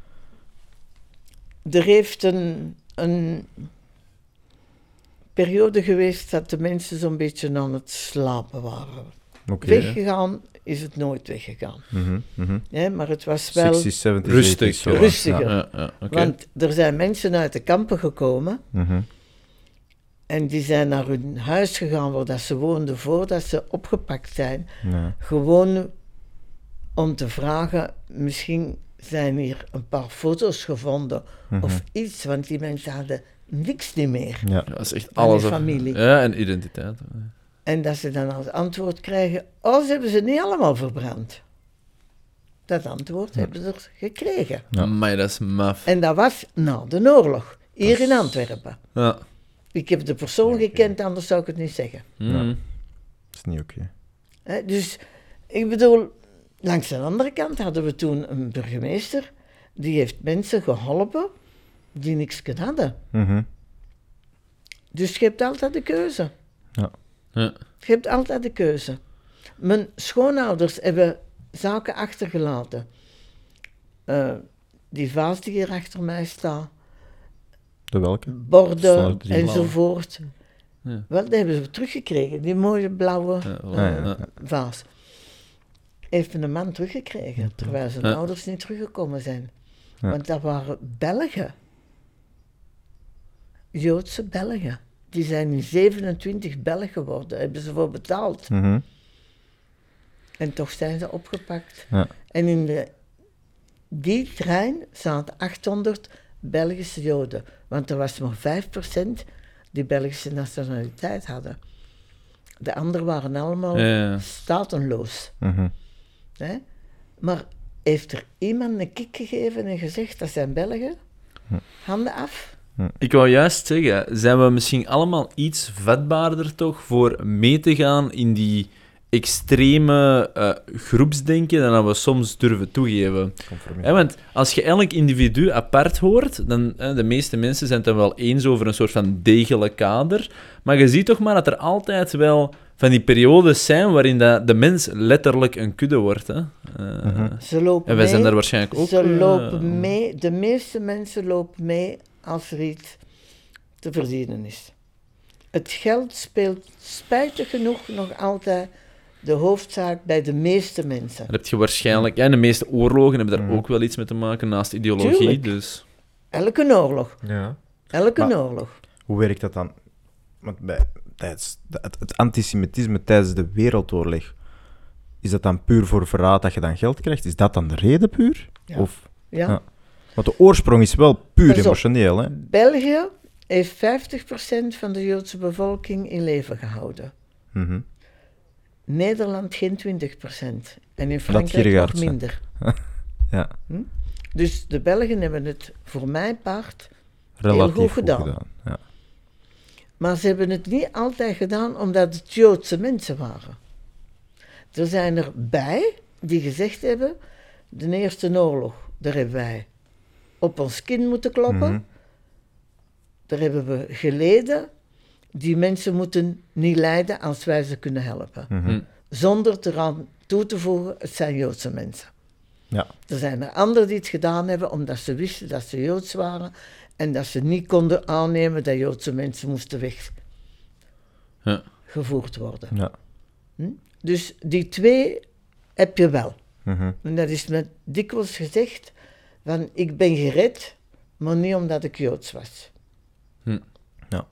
A: Er heeft een, een periode geweest dat de mensen zo'n beetje aan het slapen waren.
B: Oké.
A: Weggegaan is het nooit weggegaan.
B: Mhm, mhm.
A: Hè, maar het was wel...
B: zestig, zeventig,
E: rustig.
B: eighties, zo.
A: Rustiger.
E: Ja, ja, oké.
A: Want er zijn mensen uit de kampen gekomen
B: Mhm.
A: en die zijn naar hun huis gegaan waar dat ze woonden voordat ze opgepakt zijn.
B: Ja.
A: Gewoon om te vragen, misschien zijn hier een paar foto's gevonden
B: Mhm.
A: of iets, want die mensen hadden niks niet meer.
B: Ja.
E: Ja, dat is echt
A: Van
E: alles.
A: die
E: af-
A: familie.
E: Ja, en identiteit.
A: En dat ze dan als antwoord krijgen, oh, ze hebben ze niet allemaal verbrand. Dat antwoord hebben ze er gekregen.
B: Ja.
E: Maar dat is maf.
A: En dat was na de oorlog, hier in Antwerpen.
E: Ja.
A: Ik heb de persoon gekend, anders zou ik het niet zeggen.
E: Mhm.
B: Dat is niet oké.
A: Hè, dus, ik bedoel, langs de andere kant hadden we toen een burgemeester, die heeft mensen geholpen die niks hadden.
B: Mhm.
A: Dus je hebt altijd de keuze.
B: Ja.
E: Ja.
A: Je hebt altijd de keuze. Mijn schoonouders hebben zaken achtergelaten. Eh, die vaas die hier achter mij staat,
B: De welke?
A: borden
B: Staan er drie
A: enzovoort.
E: Ja.
A: Wel, die hebben ze teruggekregen, die mooie blauwe
E: Ja, wel,
B: Ah, ja,
A: eh,
B: ja.
A: vaas. Heeft een man teruggekregen, terwijl zijn
E: Ja.
A: ouders niet teruggekomen zijn.
B: Ja.
A: Want dat waren Belgen. Joodse Belgen. Die zijn in zevenentwintig Belg geworden, hebben ze voor betaald.
B: Mhm.
A: En toch zijn ze opgepakt.
B: Ja.
A: En in de, die trein zaten achthonderd Belgische Joden. Want er was maar vijf procent die Belgische nationaliteit hadden. De anderen waren allemaal
E: Ja, ja.
A: statenloos.
B: Mhm.
A: Hè? Maar heeft er iemand een kick gegeven en gezegd, dat zijn Belgen? Handen af?
E: Ik wou juist zeggen, zijn we misschien allemaal iets vatbaarder toch voor mee te gaan in die extreme eh, groepsdenken dan dat we soms durven toegeven. Hè, want als je elk individu apart hoort, dan hè, de meeste mensen zijn het dan wel eens over een soort van degelijk kader, maar je ziet toch maar dat er altijd wel van die periodes zijn waarin dat de mens letterlijk een kudde wordt. Hè. Uh,
B: Mhm.
A: Ze lopen
E: En wij zijn
A: mee.
E: daar waarschijnlijk ook...
A: Ze
E: eh,
A: lopen mee. De meeste mensen lopen mee als er iets te verdienen is. Het geld speelt spijtig genoeg nog altijd de hoofdzaak bij de meeste mensen.
E: Dat heb je waarschijnlijk... Ja, de meeste oorlogen hebben daar
B: Mhm.
E: ook wel iets mee te maken, naast ideologie.
A: Tuurlijk.
E: Dus...
A: Elke oorlog.
B: Ja.
A: Elke
B: Maar-
A: oorlog.
B: Hoe werkt dat dan? Want bij, tijdens de- het, het antisemitisme tijdens de Wereldoorlog, is dat dan puur voor verraad dat je dan geld krijgt? Is dat dan de reden puur?
A: Ja.
B: Of,
A: Ja.
B: ja. Want de oorsprong is wel puur
A: Pas op.
B: emotioneel, hè?
A: België heeft vijftig procent van de Joodse bevolking in leven gehouden.
B: Mhm.
A: Nederland geen twintig procent. En in
B: Dat
A: Frankrijk nog
B: Giergaard, hè.
A: minder.
B: Ja,
A: Dus de Belgen hebben het voor mijn part,
B: relatief
A: goed gedaan.
B: Ja.
A: maar ze hebben het niet altijd gedaan omdat het Joodse mensen waren. Er zijn er bij die gezegd hebben, de Eerste Oorlog, daar hebben wij op ons kin moeten kloppen.
B: Mhm.
A: Daar hebben we geleden. Die mensen moeten niet lijden als wij ze kunnen helpen.
B: Mhm.
E: Hm.
A: Zonder eraan toe te voegen, het zijn Joodse mensen.
B: Ja.
A: Er zijn er anderen die het gedaan hebben omdat ze wisten dat ze Joods waren en dat ze niet konden aannemen dat Joodse mensen moesten weggevoerd
E: Ja.
A: worden.
B: Ja.
A: Dus die twee heb je wel.
B: Mhm.
A: En dat is me dikwijls gezegd, van ik ben gered, maar niet omdat ik Joods was.
E: Hm.
B: Ja.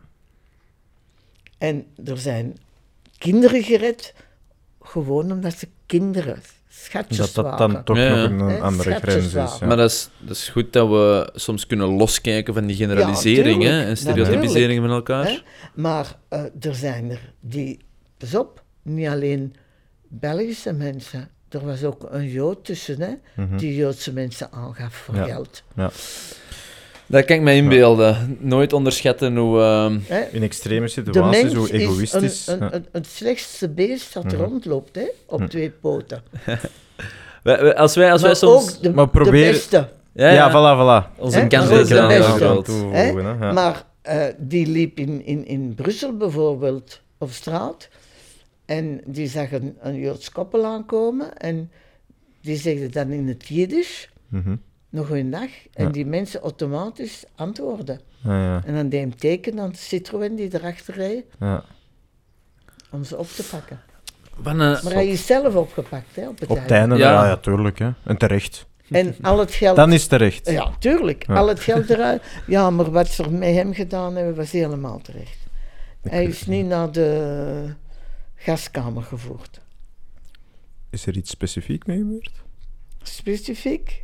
A: En er zijn kinderen gered, gewoon omdat ze kinderen, schatjes
B: Dat dat
A: waren.
B: dan toch
E: Ja,
B: nog
E: ja.
B: een, een
A: Hè,
B: andere
A: schatjes
B: grens is.
A: waren.
B: Ja.
E: Maar dat is, dat is goed dat we soms kunnen loskijken van die generalisering
A: Ja,
E: hè,
A: tuurlijk.
E: en stereotypisering van elkaar.
A: Hè? Maar eh, er zijn er die, pas op, niet alleen Belgische mensen, er was ook een Jood tussen, hè,
B: Mhm.
A: die Joodse mensen aangaf voor
B: Ja.
A: geld.
B: Ja.
E: Dat kan ik me inbeelden. Nooit onderschatten hoe... ehm,
A: Hè?
B: In extreme
A: De
B: situaties,
A: mens
B: hoe egoïstisch.
A: is een, een,
B: ja.
A: een, het slechtste beest dat er
B: Mhm.
A: rondloopt, hè, op
B: Mhm.
A: twee poten.
E: wij- wij- als wij, als wij
A: Maar
E: soms...
A: ook de,
B: Maar probeer-
A: de beste.
E: Ja,
B: ja, voilà, voilà.
E: Onze
A: Hè?
E: kant
A: Dat is
E: zeker
A: de
E: aan
A: beste.
E: de
B: aan
E: grond.
B: toevoegen, hè. Ja.
A: Maar uh, die liep in, in, in Brussel bijvoorbeeld op straat en die zag een, een Joods koppel aankomen en die zegde dan in het Jiddisch,
B: Mhm.
A: nog een dag, en
B: Ja.
A: die mensen automatisch antwoorden.
B: Ah, ja.
A: En dan deed hij een teken aan de Citroën die erachter reed,
B: Ja.
A: om ze op te pakken.
E: Van, uh,
A: Maar hij is zelf opgepakt, hè, op het
B: Op
A: einde.
B: het einde,
E: Ja.
B: ja, ja, tuurlijk. Hè. En terecht.
A: En al het geld...
B: Dan is het terecht.
A: Ja, tuurlijk.
B: Ja.
A: Al het geld eruit. Ja, maar wat ze er met hem gedaan hebben, was helemaal terecht. Hij is niet naar de gaskamer gevoerd.
B: Is er iets specifiek mee gebeurd?
A: Specifiek.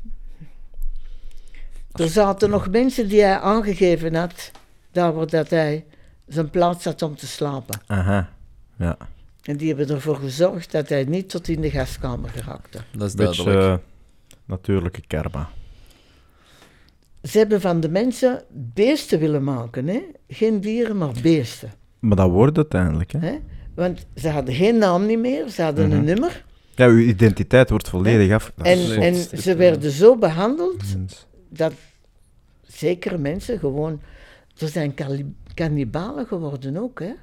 A: Er zaten nog mensen die hij aangegeven had, daar waar dat hij zijn plaats had om te slapen.
B: Aha. Ja.
A: En die hebben ervoor gezorgd dat hij niet tot in de gaskamer geraakte.
E: dat is
B: Beetje
E: duidelijk.
B: eh, natuurlijke karma.
A: Ze hebben van de mensen beesten willen maken, hè? Geen dieren, maar beesten.
B: Maar dat wordt uiteindelijk, hè?
A: Hè? Want ze hadden geen naam niet meer, ze hadden
B: Mhm.
A: een nummer.
B: Ja, uw identiteit wordt volledig af. Dat
A: En,
B: is zot.
A: en ze werden zo behandeld
B: Mens.
A: dat zekere mensen gewoon... Er zijn kalli- kannibalen geworden ook, hè?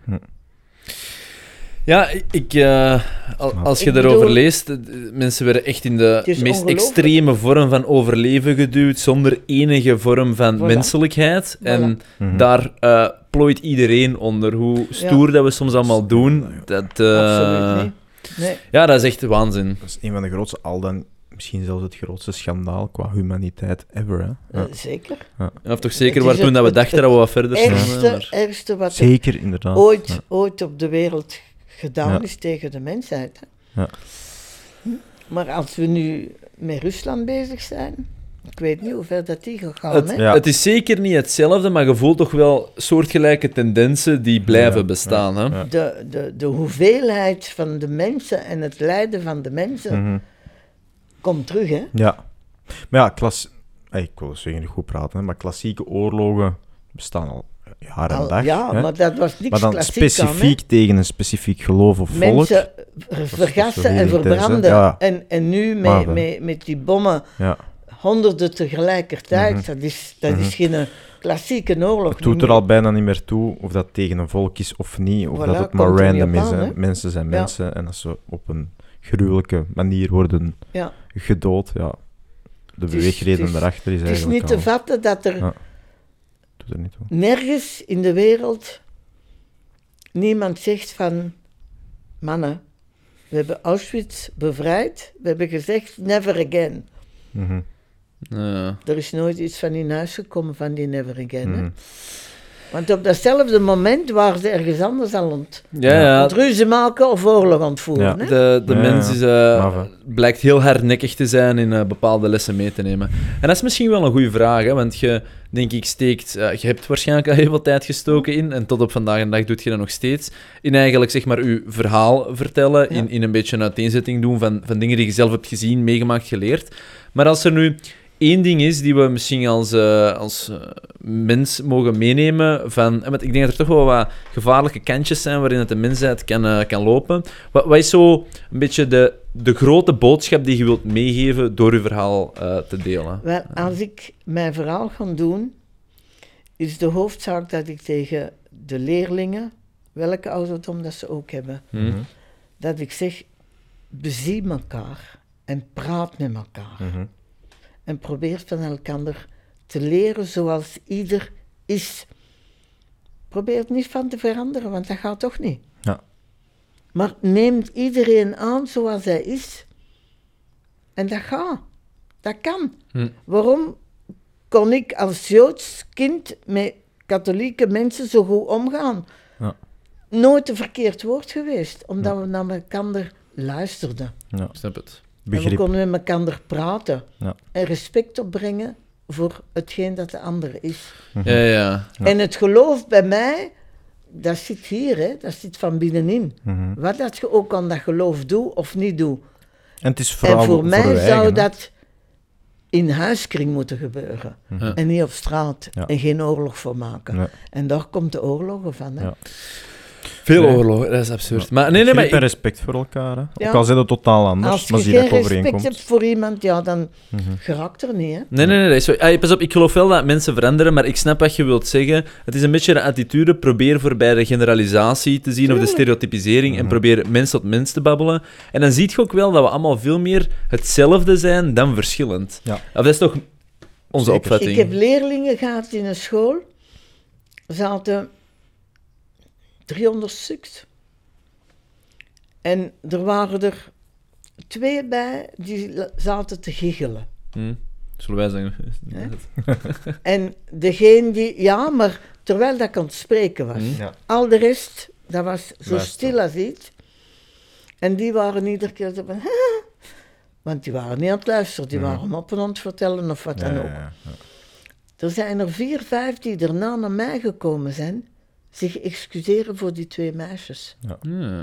E: Ja, ik, eh, al- als je
A: Ik
E: daarover
A: bedoel-
E: leest, eh, mensen werden echt in de
A: Het is
E: meest
A: ongelooflijk.
E: extreme vorm van overleven geduwd, zonder enige vorm van
A: Voilà.
E: menselijkheid. En
B: Mhm.
E: daar eh, plooit iedereen onder. Hoe stoer dat we soms allemaal doen, dat, eh,
A: Absoluut niet. Nee.
E: ja, dat is echt waanzin.
B: Dat is een van de grootste, al dan misschien zelfs het grootste schandaal qua humaniteit ever. Hè? Ja.
A: Eh, zeker.
E: Of toch zeker
A: Het
E: waar
A: is
E: toen
A: het-
E: dat we
A: het-
E: dachten
A: het
E: dat we wat verder stonden.
A: Ergste,
E: maar-
A: ergste wat er
B: Zeker, inderdaad.
A: ooit,
B: Ja.
A: ooit op de wereld gedaan
B: Ja.
A: is tegen de mensheid. Hè?
B: Ja.
A: Hm? Maar als we nu met Rusland bezig zijn, ik weet niet hoe ver dat die gaat gaan.
E: Het,
A: Hè?
B: Ja.
E: het is zeker niet hetzelfde, maar je voelt toch wel soortgelijke tendensen die blijven
B: Ja,
E: bestaan. Hè?
B: ja.
A: De, de, de hoeveelheid van de mensen en het lijden van de mensen
B: Mhm.
A: komt terug. Hè?
B: Ja. Maar ja, klas... Hey, ik wil zeggen niet goed praten, hè, maar klassieke oorlogen bestaan al jaar en
A: Al-
B: dag.
A: ja,
B: hè.
A: maar dat was niks
B: Maar dan
A: klassiek aan, hè.
B: specifiek tegen een specifiek geloof of volk.
A: Mensen ver-
B: dat
A: vergassen
B: zo
A: en
B: heel intens, hè?
A: verbranden.
B: Ja.
A: En, en nu
B: Maar,
A: met,
B: hè.
A: met, met die bommen,
B: Ja.
A: honderden tegelijkertijd,
B: Mhm.
A: dat is, dat
B: Mhm.
A: is geen klassieke oorlog.
B: Het doet
A: niet
B: er
A: meer.
B: al bijna niet meer toe of dat tegen een volk is of niet, of
A: Voilà,
B: dat het maar
A: komt er niet
B: random
A: op
B: is.
A: aan,
B: Hè.
A: hè.
B: Mensen zijn
A: Ja.
B: mensen en als ze op een gruwelijke manier worden
A: Ja.
B: gedood, ja, de
A: is-
B: beweegreden
A: het is-
B: daarachter is
A: Het is
B: eigenlijk
A: niet te
B: al...
A: vatten dat er
B: Ja. Doet er niet toe.
A: nergens in de wereld niemand zegt van... Mannen, we hebben Auschwitz bevrijd. We hebben gezegd, never again.
B: Mhm.
E: Ja.
A: Er is nooit iets van in huis gekomen van die never again. Hè?
B: Mhm.
A: Want op datzelfde moment waren ze ergens anders al ont,
E: Ja, ja.
A: ont ruzie maken of oorlog ontvoeren.
B: Ja.
A: Hè?
E: De, de
B: Ja,
E: mens
B: ja.
E: is, eh,
B: Maf, hè.
E: blijkt heel hardnekkig te zijn in eh, bepaalde lessen mee te nemen. En dat is misschien wel een goede vraag, hè, want je, denk ik, steekt... eh, je hebt waarschijnlijk al heel veel tijd gestoken in, en tot op vandaag en dag doet je dat nog steeds, in eigenlijk, zeg maar, je verhaal vertellen,
A: Ja.
E: in, in een beetje een uiteenzetting doen van, van dingen die je zelf hebt gezien, meegemaakt, geleerd. Maar als er nu één ding is die we misschien als, eh, als eh, mens mogen meenemen van... eh, want ik denk dat er toch wel wat gevaarlijke kantjes zijn waarin het de mensheid kan, eh, kan lopen. Wat, wat is zo een beetje de, de grote boodschap die je wilt meegeven door je verhaal eh, te delen?
A: Wel, als ik mijn verhaal ga doen, is de hoofdzaak dat ik tegen de leerlingen, welke ouderdom dat ze ook hebben,
E: Hm?
A: dat ik zeg, bezie elkaar en praat met elkaar.
B: Mhm.
A: En probeer van elkaar te leren zoals ieder is. Probeer het niet van te veranderen, want dat gaat toch niet.
B: Ja.
A: Maar neemt iedereen aan zoals hij is. En dat gaat. Dat kan.
E: Hm.
A: Waarom kon ik als Joods kind met katholieke mensen zo goed omgaan?
B: Ja.
A: Nooit een verkeerd woord geweest, omdat we naar elkaar luisterden.
B: Ja.
E: Ik snap het.
A: En we
B: Begrip.
A: konden met elkaar praten
B: Ja.
A: en respect opbrengen voor hetgeen dat de ander is.
E: Ja, ja.
B: Ja.
A: En het geloof bij mij, dat zit hier, hè? Dat zit van binnenin.
B: Mhm.
A: Wat dat je ook aan dat geloof doet of niet doet.
B: En het is vooral
A: En voor mij
B: uw
A: zou
B: eigen, hè.
A: dat in huiskring moeten gebeuren.
E: Ja.
A: En niet op straat.
B: Ja.
A: En geen oorlog voor maken.
B: Nee.
A: En daar komt de oorlogen van. Hè?
B: Ja.
E: Veel
B: Nee.
E: oorlogen, dat is absurd. Maar nee, nee, maar
B: Begrip en
E: ik-
B: respect voor elkaar. Hè.
A: Ja.
B: Ook al zijn het totaal anders,
A: Als
B: maar
A: je
B: zie dat
A: geen
B: je
A: respect
B: overeenkomt.
A: hebt voor iemand, ja, dan
B: Mhm.
A: geraakt er niet, hè.
E: Nee, nee, nee. nee. Sorry. Ah, pas op, ik geloof wel dat mensen veranderen, maar ik snap wat je wilt zeggen. Het is een beetje de attitude. Probeer voorbij de generalisatie te zien of de
A: Tuurlijk.
E: stereotypisering en
B: Mhm.
E: probeer mens tot mens te babbelen. En dan zie je ook wel dat we allemaal veel meer hetzelfde zijn dan verschillend.
B: Ja.
E: Of dat is toch onze
B: Zeker.
E: opvatting?
A: Ik heb leerlingen gehad in een school, er zaten driehonderd stuks. En er waren er twee bij die la- zaten te giechelen.
E: Hm. Zullen wij zeggen?
A: Hè? En degene die, ja, maar terwijl dat ik aan het spreken was.
E: Hm.
B: Ja.
A: Al de rest, dat was zo
B: Luister.
A: stil als iets. En die waren iedere keer zo van, want die waren niet aan het luisteren, die
B: Mhm.
A: waren moppen aan het vertellen of wat dan
B: Ja,
A: ook.
B: ja, ja.
A: Er zijn er vier, vijf die daarna naar mij gekomen zijn, zich excuseren voor die twee meisjes.
E: Ja.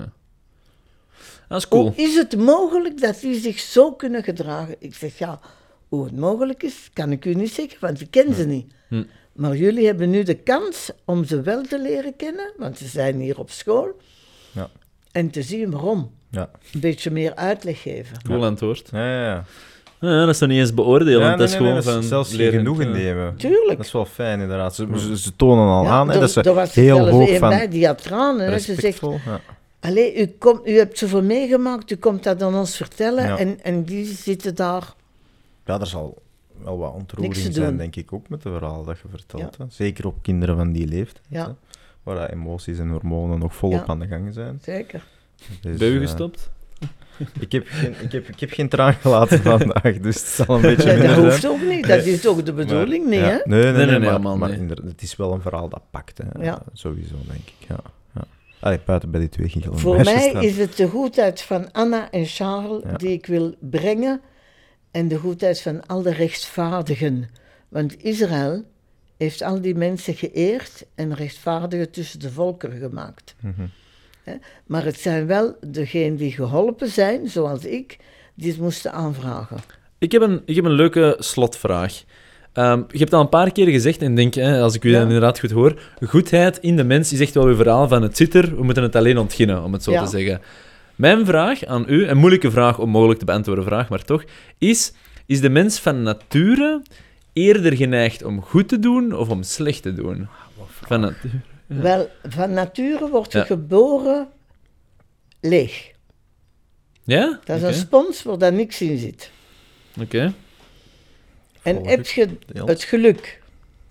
E: Dat is cool.
A: Hoe is het mogelijk dat die zich zo kunnen gedragen? Ik zeg, ja, hoe het mogelijk is, kan ik u niet zeggen, want ik ken ze niet.
E: Hm.
A: Maar jullie hebben nu de kans om ze wel te leren kennen, want ze zijn hier op school.
B: Ja.
A: En te zien waarom.
B: Ja.
A: Een beetje meer uitleg geven.
E: Cool antwoord.
B: Ja, ja, ja.
E: Ja, dat is toch niet eens beoordelen,
B: Ja,
E: dat is
B: nee, nee,
E: gewoon
B: nee,
E: van...
B: zelfs geen
E: leren
B: genoegen
E: kennen.
B: nemen.
A: Tuurlijk.
B: Dat is wel fijn, inderdaad. Ze, ze, ze tonen al
A: Ja,
B: aan hè,
A: er,
B: dat ze
A: er was er
B: heel
A: zelfs
B: hoog
A: een
B: van
A: bij die had tranen. hè. Ze zegt,
B: respectvol. Ja.
A: allee, u, komt, u hebt zoveel meegemaakt, u komt dat aan ons vertellen.
B: Ja.
A: En, en die zitten daar.
B: ja, er zal wel wat ontroering
A: Niks te
B: zijn,
A: doen.
B: denk ik, ook met de verhaal dat je vertelt. Hè. Zeker op kinderen van die leeftijd,
A: Ja.
B: hè, waar dat emoties en hormonen nog volop
A: Ja.
B: aan de gang zijn.
A: Zeker.
B: Dus,
E: Ben je
B: eh,
E: gestopt?
B: ik, heb geen, ik, heb, ik heb geen traan gelaten vandaag, dus het zal een beetje
A: Nee, dat
B: minder
A: hoeft
B: zijn.
A: ook niet. Dat is toch de bedoeling
B: Maar-
A: niet,
B: ja.
A: hè?
B: Nee, nee, nee,
E: Nee, nee,
B: maar,
E: helemaal
B: maar
E: niet.
B: inderdaad, het is wel een verhaal dat pakt. Hè.
A: Ja.
B: Sowieso, denk ik. Ja. Ja. Allee, buiten bij die twee giggelende
A: Voor
B: meisjes
A: mij
B: dan.
A: is het de goedheid van Anna en Charles
B: Ja.
A: die ik wil brengen. En de goedheid van al de rechtvaardigen. Want Israël heeft al die mensen geëerd en rechtvaardigen tussen de volkeren gemaakt.
B: Mhm.
A: Maar het zijn wel degenen die geholpen zijn, zoals ik, die het moesten aanvragen.
E: Ik heb een, ik heb een leuke slotvraag. Ehm, je hebt al een paar keer gezegd, en ik denk, hè, als ik u
A: Ja.
E: dan inderdaad goed hoor, goedheid in de mens is echt wel uw verhaal van het zit er, we moeten het alleen ontginnen, om het zo
A: Ja.
E: te zeggen. Mijn vraag aan u, een moeilijke vraag, onmogelijk te beantwoorden vraag, maar toch, is, is de mens van nature eerder geneigd om goed te doen of om slecht te doen? Van nature. Ja.
A: Wel, van nature wordt je
E: Ja.
A: geboren leeg.
E: Ja?
A: Dat is
E: Oké.
A: een spons waar daar niks in zit.
E: Oké.
A: En
B: Volg
A: heb
B: ik.
A: je
B: Ja.
A: het geluk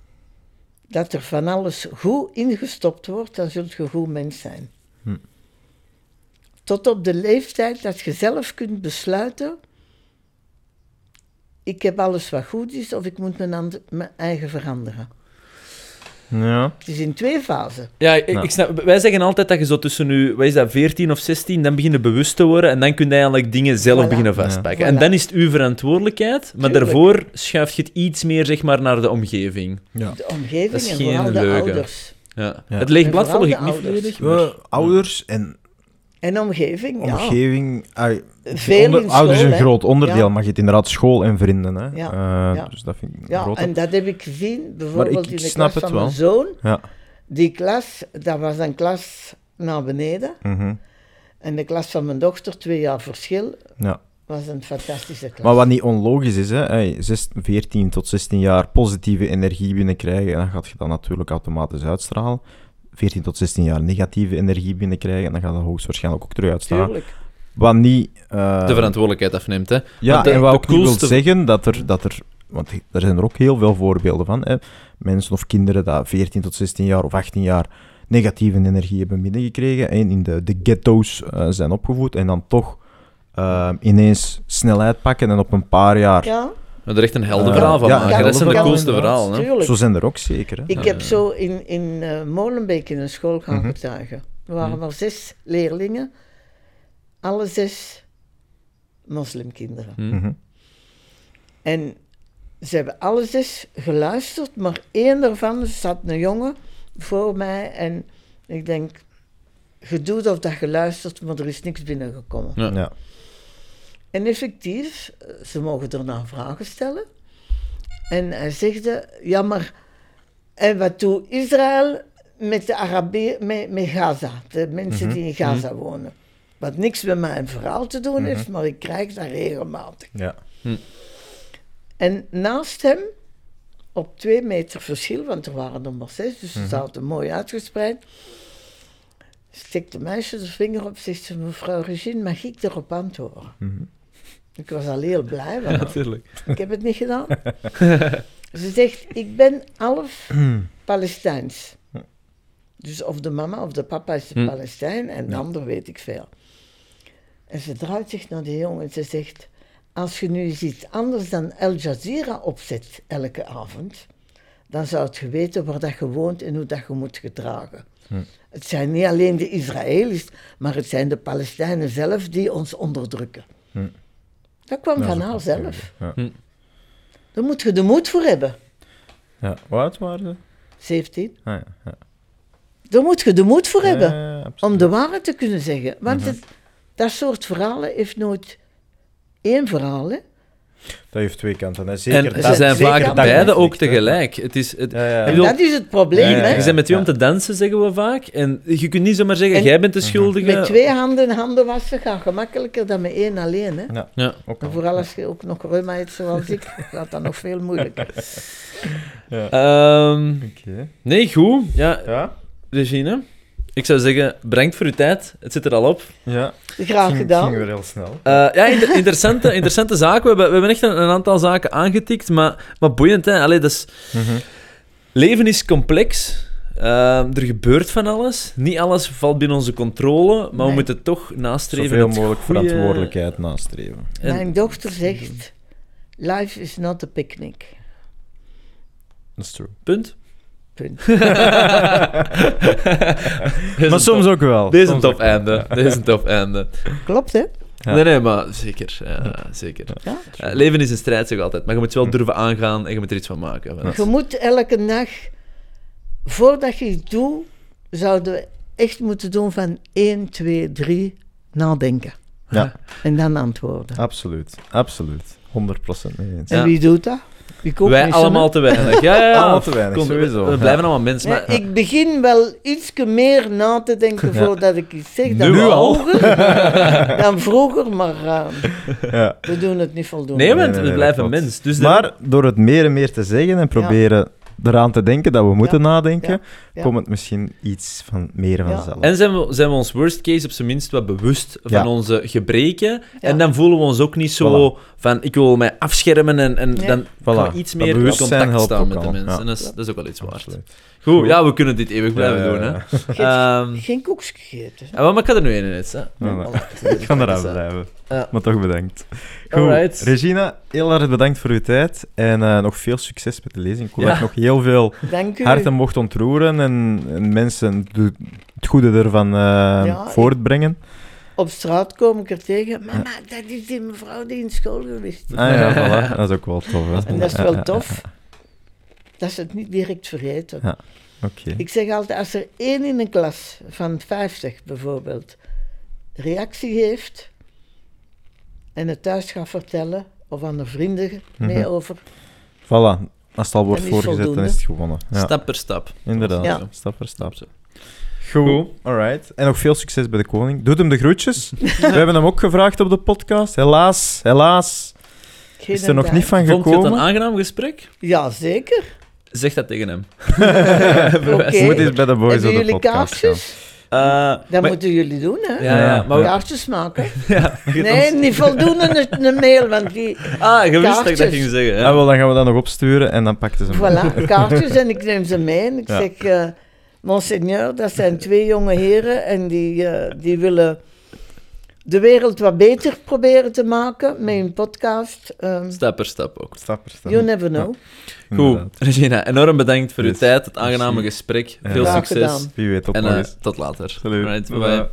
A: dat er van alles goed ingestopt wordt, dan zult je een goed mens zijn.
B: Hm.
A: Tot op de leeftijd dat je zelf kunt besluiten, ik heb alles wat goed is of ik moet mijn, and- mijn eigen veranderen.
B: Ja.
A: Het is in twee fasen.
E: Ja, ik,
B: Nou.
E: ik snap, wij zeggen altijd dat je zo tussen nu, wat is dat, veertien of zestien, dan begin je bewust te worden en dan kun je eigenlijk dingen zelf
A: Voilà.
E: beginnen vastpakken.
A: Ja.
E: En
A: Voilà.
E: dan is het uw verantwoordelijkheid, maar
A: Tuurlijk.
E: daarvoor schuift je het iets meer zeg maar, naar de omgeving.
B: Ja.
A: De omgeving
E: Dat is
A: en
E: geen
A: vooral de
E: leugen.
A: ouders.
E: Ja.
B: Ja.
E: Het leeg
A: En
E: blad
A: vooral
E: volg ik
A: de
E: niet
A: ouders.
E: volledig. maar-
B: We, ouders en
A: En omgeving, ja.
B: omgeving. ai,
A: Veel
B: onder-
A: in
B: ouders is
A: school,
B: een
A: hè.
B: groot onderdeel,
A: Ja.
B: maar je hebt inderdaad school en vrienden. Hè.
A: Ja.
B: Eh,
A: Ja.
B: Dus dat vind ik een
A: Ja,
B: grote.
A: en dat heb ik gezien, bijvoorbeeld
B: ik
A: in de
B: snap
A: klas
B: het
A: van mijn
B: wel.
A: zoon.
B: Ja.
A: Die klas, dat was een klas naar beneden.
B: Mhm.
A: En de klas van mijn dochter, twee jaar verschil,
B: Ja.
A: was een fantastische klas.
B: Maar wat niet onlogisch is, hè, hey, zes- veertien tot zestien jaar positieve energie binnenkrijgen, en dan gaat je dat natuurlijk automatisch uitstralen. veertien tot zestien jaar negatieve energie binnenkrijgen, en dan gaat dat hoogstwaarschijnlijk ook terug uitstralen.
A: Tuurlijk.
B: Wat niet... eh,
E: De verantwoordelijkheid afneemt, hè.
B: Ja,
E: Want de-
B: en wat
E: de
B: ook niet wil
E: coolste-
B: zeggen dat er, dat er... Want er zijn er ook heel veel voorbeelden van. Hè. Mensen of kinderen dat veertien tot zestien jaar of achttien jaar negatieve energie hebben binnengekregen en in de, de ghetto's eh, zijn opgevoed en dan toch eh, ineens snelheid pakken en op een paar jaar...
A: Ja,
E: Maar er echt een helder
B: Eh,
E: verhaal van
B: ja,
E: maken.
B: een
E: Dat zijn de
B: helder
E: coolste
B: verhaal,
E: verhalen. Hè.
A: tuurlijk.
B: Zo zijn er ook zeker. Hè.
A: Ik heb zo in, in eh, Molenbeek in een school gaan
B: Mhm.
A: getuigen. Er waren
E: Mhm.
A: maar zes leerlingen, alle zes moslimkinderen.
E: Hm.
B: Mhm.
A: En ze hebben alle zes geluisterd, maar één daarvan zat een jongen voor mij en ik denk, je doet of dat je luistert, maar er is niks binnengekomen.
E: Ja.
B: Ja.
A: En effectief, ze mogen daarna vragen stellen. En hij zegde, ja maar, en wat doet Israël met de Arabieren, met, met Gaza, de mensen
B: Mhm,
A: die in Gaza wonen. Wat niks met mijn verhaal te doen heeft,
B: Mhm.
A: maar ik krijg dat regelmatig.
B: Ja.
A: En naast hem, op twee meter verschil, want er waren er maar zes, dus ze
B: Mhm.
A: zaten mooi uitgespreid, steekt de meisje de vinger op, zegt ze, mevrouw Regine, mag ik erop antwoorden?
B: Mhm.
A: Ik was al heel blij, want
E: Natuurlijk.
A: ik heb het niet gedaan. Ze zegt, ik ben half Palestijns. Dus of de mama of de papa is de
E: Hm.
A: Palestijn en de
B: Ja.
A: ander weet ik veel. En ze draait zich naar de jongen en ze zegt, als je nu eens iets anders dan Al Jazeera opzet elke avond, dan zou je weten waar dat je woont en hoe dat je moet gedragen.
B: Hm.
A: Het zijn niet alleen de Israëli's, maar het zijn de Palestijnen zelf die ons onderdrukken.
B: Hm.
A: Dat kwam
B: Dat is
A: van
B: ook
A: haar
B: wel
A: zelf.
B: Ja.
E: Hm.
A: Daar moet je de moed voor hebben.
B: Ja. Hoe oud waren ze?
A: zeventien.
B: Ah, ja. Ja.
A: Daar moet je de moed voor hebben.
B: Ja, ja, absoluut.
A: Om de waarheid te kunnen zeggen. Want
B: Mhm.
A: het, dat soort verhalen heeft nooit één verhaal. Hè?
B: Dat heeft twee kanten. Hè. Zeker
E: En
B: dat-
E: ze zijn
A: zeker
E: vaak
A: dat
E: beide
B: conflict,
E: ook
B: hè.
E: tegelijk. Het is, het,
B: Ja, ja.
E: ik
A: En
E: bedoel,
A: dat is het probleem.
B: Ja, ja,
A: Hè?
E: je bent met twee om
B: Ja.
E: te dansen, zeggen we vaak. En je kunt niet zomaar zeggen,
A: En-
E: jij bent de schuldige.
A: Met twee handen handen wassen gaat gemakkelijker dan met één alleen. Hè?
B: Ja,
E: Ja.
B: ook
A: En
B: al.
A: vooral als je ook nog reuma hebt zoals ik, gaat dat nog veel moeilijker.
E: Ehm,
B: Oké.
E: nee, goed. Ja,
B: Ja?
E: Regine, ik zou zeggen, bedankt voor uw tijd. Het zit er al op.
B: Ja.
A: Graag
B: Ging,
A: gedaan.
B: ging weer heel snel.
E: Eh, ja, inter- interessante, interessante zaken. We hebben, we hebben echt een, een aantal zaken aangetikt, maar, maar boeiend, hè. Allee, dat is,
B: Mhm.
E: leven is complex. Eh, er gebeurt van alles. Niet alles valt binnen onze controle, maar we
A: Nee.
E: moeten toch nastreven.
B: Zoveel
E: het
B: mogelijk
E: goede-
B: verantwoordelijkheid nastreven.
E: En-
A: Mijn dochter zegt, life is not a picnic.
B: Dat is true.
E: Punt.
A: Punt.
B: Maar soms ook wel.
E: Dit is een
B: Soms ook
E: tof einde. Dit is een tof einde.
A: Klopt, hè?
B: Ja.
E: Nee, nee, maar zeker. Ja, zeker.
A: Ja.
E: Eh, leven is een strijd, zeg ik altijd. Maar je moet het wel durven aangaan en je moet er iets van maken. Want-
A: Je moet elke dag, voordat je iets doet, zouden we echt moeten doen van één, twee, drie, nadenken.
B: Ja,
A: En dan antwoorden.
B: absoluut. Absoluut. honderd procent mee eens.
A: En
E: Ja.
A: wie doet dat? Ik ook
E: Wij
A: niet,
E: allemaal
A: hè?
E: te weinig. Ja, ja, ja.
B: Allemaal te weinig,
E: Kom, we-
B: sowieso.
E: We,
B: Ja.
E: blijven allemaal mensen.
A: Nee,
E: Maar,
A: ik begin wel iets meer na te denken
B: Ja.
A: voordat ik iets zeg. Dan
E: Nu al?
A: vroeger, dan vroeger, maar uh,
B: Ja.
A: we doen het niet voldoende.
E: nee, want
B: nee, nee,
E: we
B: dat
E: blijven
B: klopt.
E: mens. Dus de-
B: Maar door het meer en meer te zeggen en proberen eraan te denken dat we moeten
A: Ja.
B: nadenken,
A: Ja. Ja.
B: komt het misschien iets van meer
A: Ja.
B: vanzelf.
E: En zijn we, zijn we ons worst case op zijn minst wat bewust van
B: Ja.
E: onze gebreken.
A: Ja.
E: En dan voelen we ons ook niet zo van, ik wil mij afschermen en, en
A: Nee.
E: dan gaan we
B: Voilà.
E: iets
B: Dat
E: meer in
B: bewustzijn
E: contact
B: helpt
E: staan
B: ook
E: met de
B: al.
E: mensen.
B: Ja.
E: En dat is, dat is ook wel iets waard.
B: Absoluut.
E: Goed,
B: Goed.
E: ja, we kunnen dit eeuwig blijven
B: Ja, ja,
E: doen. Hè.
B: ja.
A: Geen,
E: Ehm,
A: geen koekjes gegeten.
E: ja, maar ik kan er nu één in eens. Hè.
B: Voilà. Ik kan eraan
E: Dus, eh,
B: blijven.
E: ja.
B: Maar toch bedankt. Goed.
E: Alright.
B: Regina, heel erg bedankt voor uw tijd. En eh, nog veel succes met de lezing. Ik hoop
E: Ja.
B: dat je nog heel veel
A: Dank u.
B: harten mocht ontroeren en, en mensen de- het goede ervan eh,
A: Ja, ik-
B: voortbrengen.
A: Op straat kom ik er tegen. Mama, dat is die mevrouw die in school geweest is.
B: Ah ja, voilà. Dat is ook wel tof. Hè?
A: En dat is
B: Ja,
A: wel
B: ja,
A: tof. Dat ze het niet direct vergeten.
B: Ja. Oké.
A: Ik zeg altijd, als er één in een klas van vijftig bijvoorbeeld reactie geeft en het thuis gaat vertellen of aan de vrienden mee
B: Mhm.
A: over,
B: Voilà. Als het al wordt
A: Dat is
B: voorgezet, dan
A: voldoende.
B: is het gewonnen. Ja,
E: Stap per stap.
B: inderdaad.
A: Ja.
B: Stap voor stap.
E: Zo.
B: Goed. Alright. En nog veel succes bij de koning. Doe hem de groetjes. We hebben hem ook gevraagd op de podcast. Helaas, helaas.
A: geen
B: Is er nog
A: dag.
B: niet van
E: Vond je het een
B: gekomen.
E: aangenaam gesprek?
A: Ja, zeker.
E: Zeg dat tegen hem.
A: Oké.
B: Moet eens bij de boys
A: Hebben
B: op de
A: jullie
B: podcast gaan.
A: kaartjes?
E: Eh,
A: Dat
E: maar-
A: moeten jullie doen, hè?
E: Ja, ja, maar...
A: Kaartjes maken.
E: Ja, je hebt
A: Nee,
E: ons-
A: niet voldoende een, een mail, want die...
E: Ah, je wist dat ik dat
A: Kaartjes.
E: ging zeggen.
B: Ja,
E: Ja.
B: wel, dan gaan we dat nog opsturen en dan pakten ze hem.
A: Voilà, kaartjes en ik neem ze mee en ik
B: Ja.
A: zeg... eh, Monseigneur, dat zijn twee jonge heren en die, eh, die willen de wereld wat beter proberen te maken met hun podcast. Ehm,
E: Stap per stap ook.
B: Stap per stap.
A: you never know.
E: Goed,
B: Inderdaad.
E: Regina, enorm bedankt voor uw
B: Yes.
E: tijd, het aangename
B: Merci.
E: gesprek.
B: Ja.
E: Veel
A: Graag
E: succes.
A: gedaan.
B: Wie weet, op
E: En
B: nog
E: eh,
B: eens.
E: tot later.
B: Salut.
E: Alright,
B: Bye.
E: bye-bye.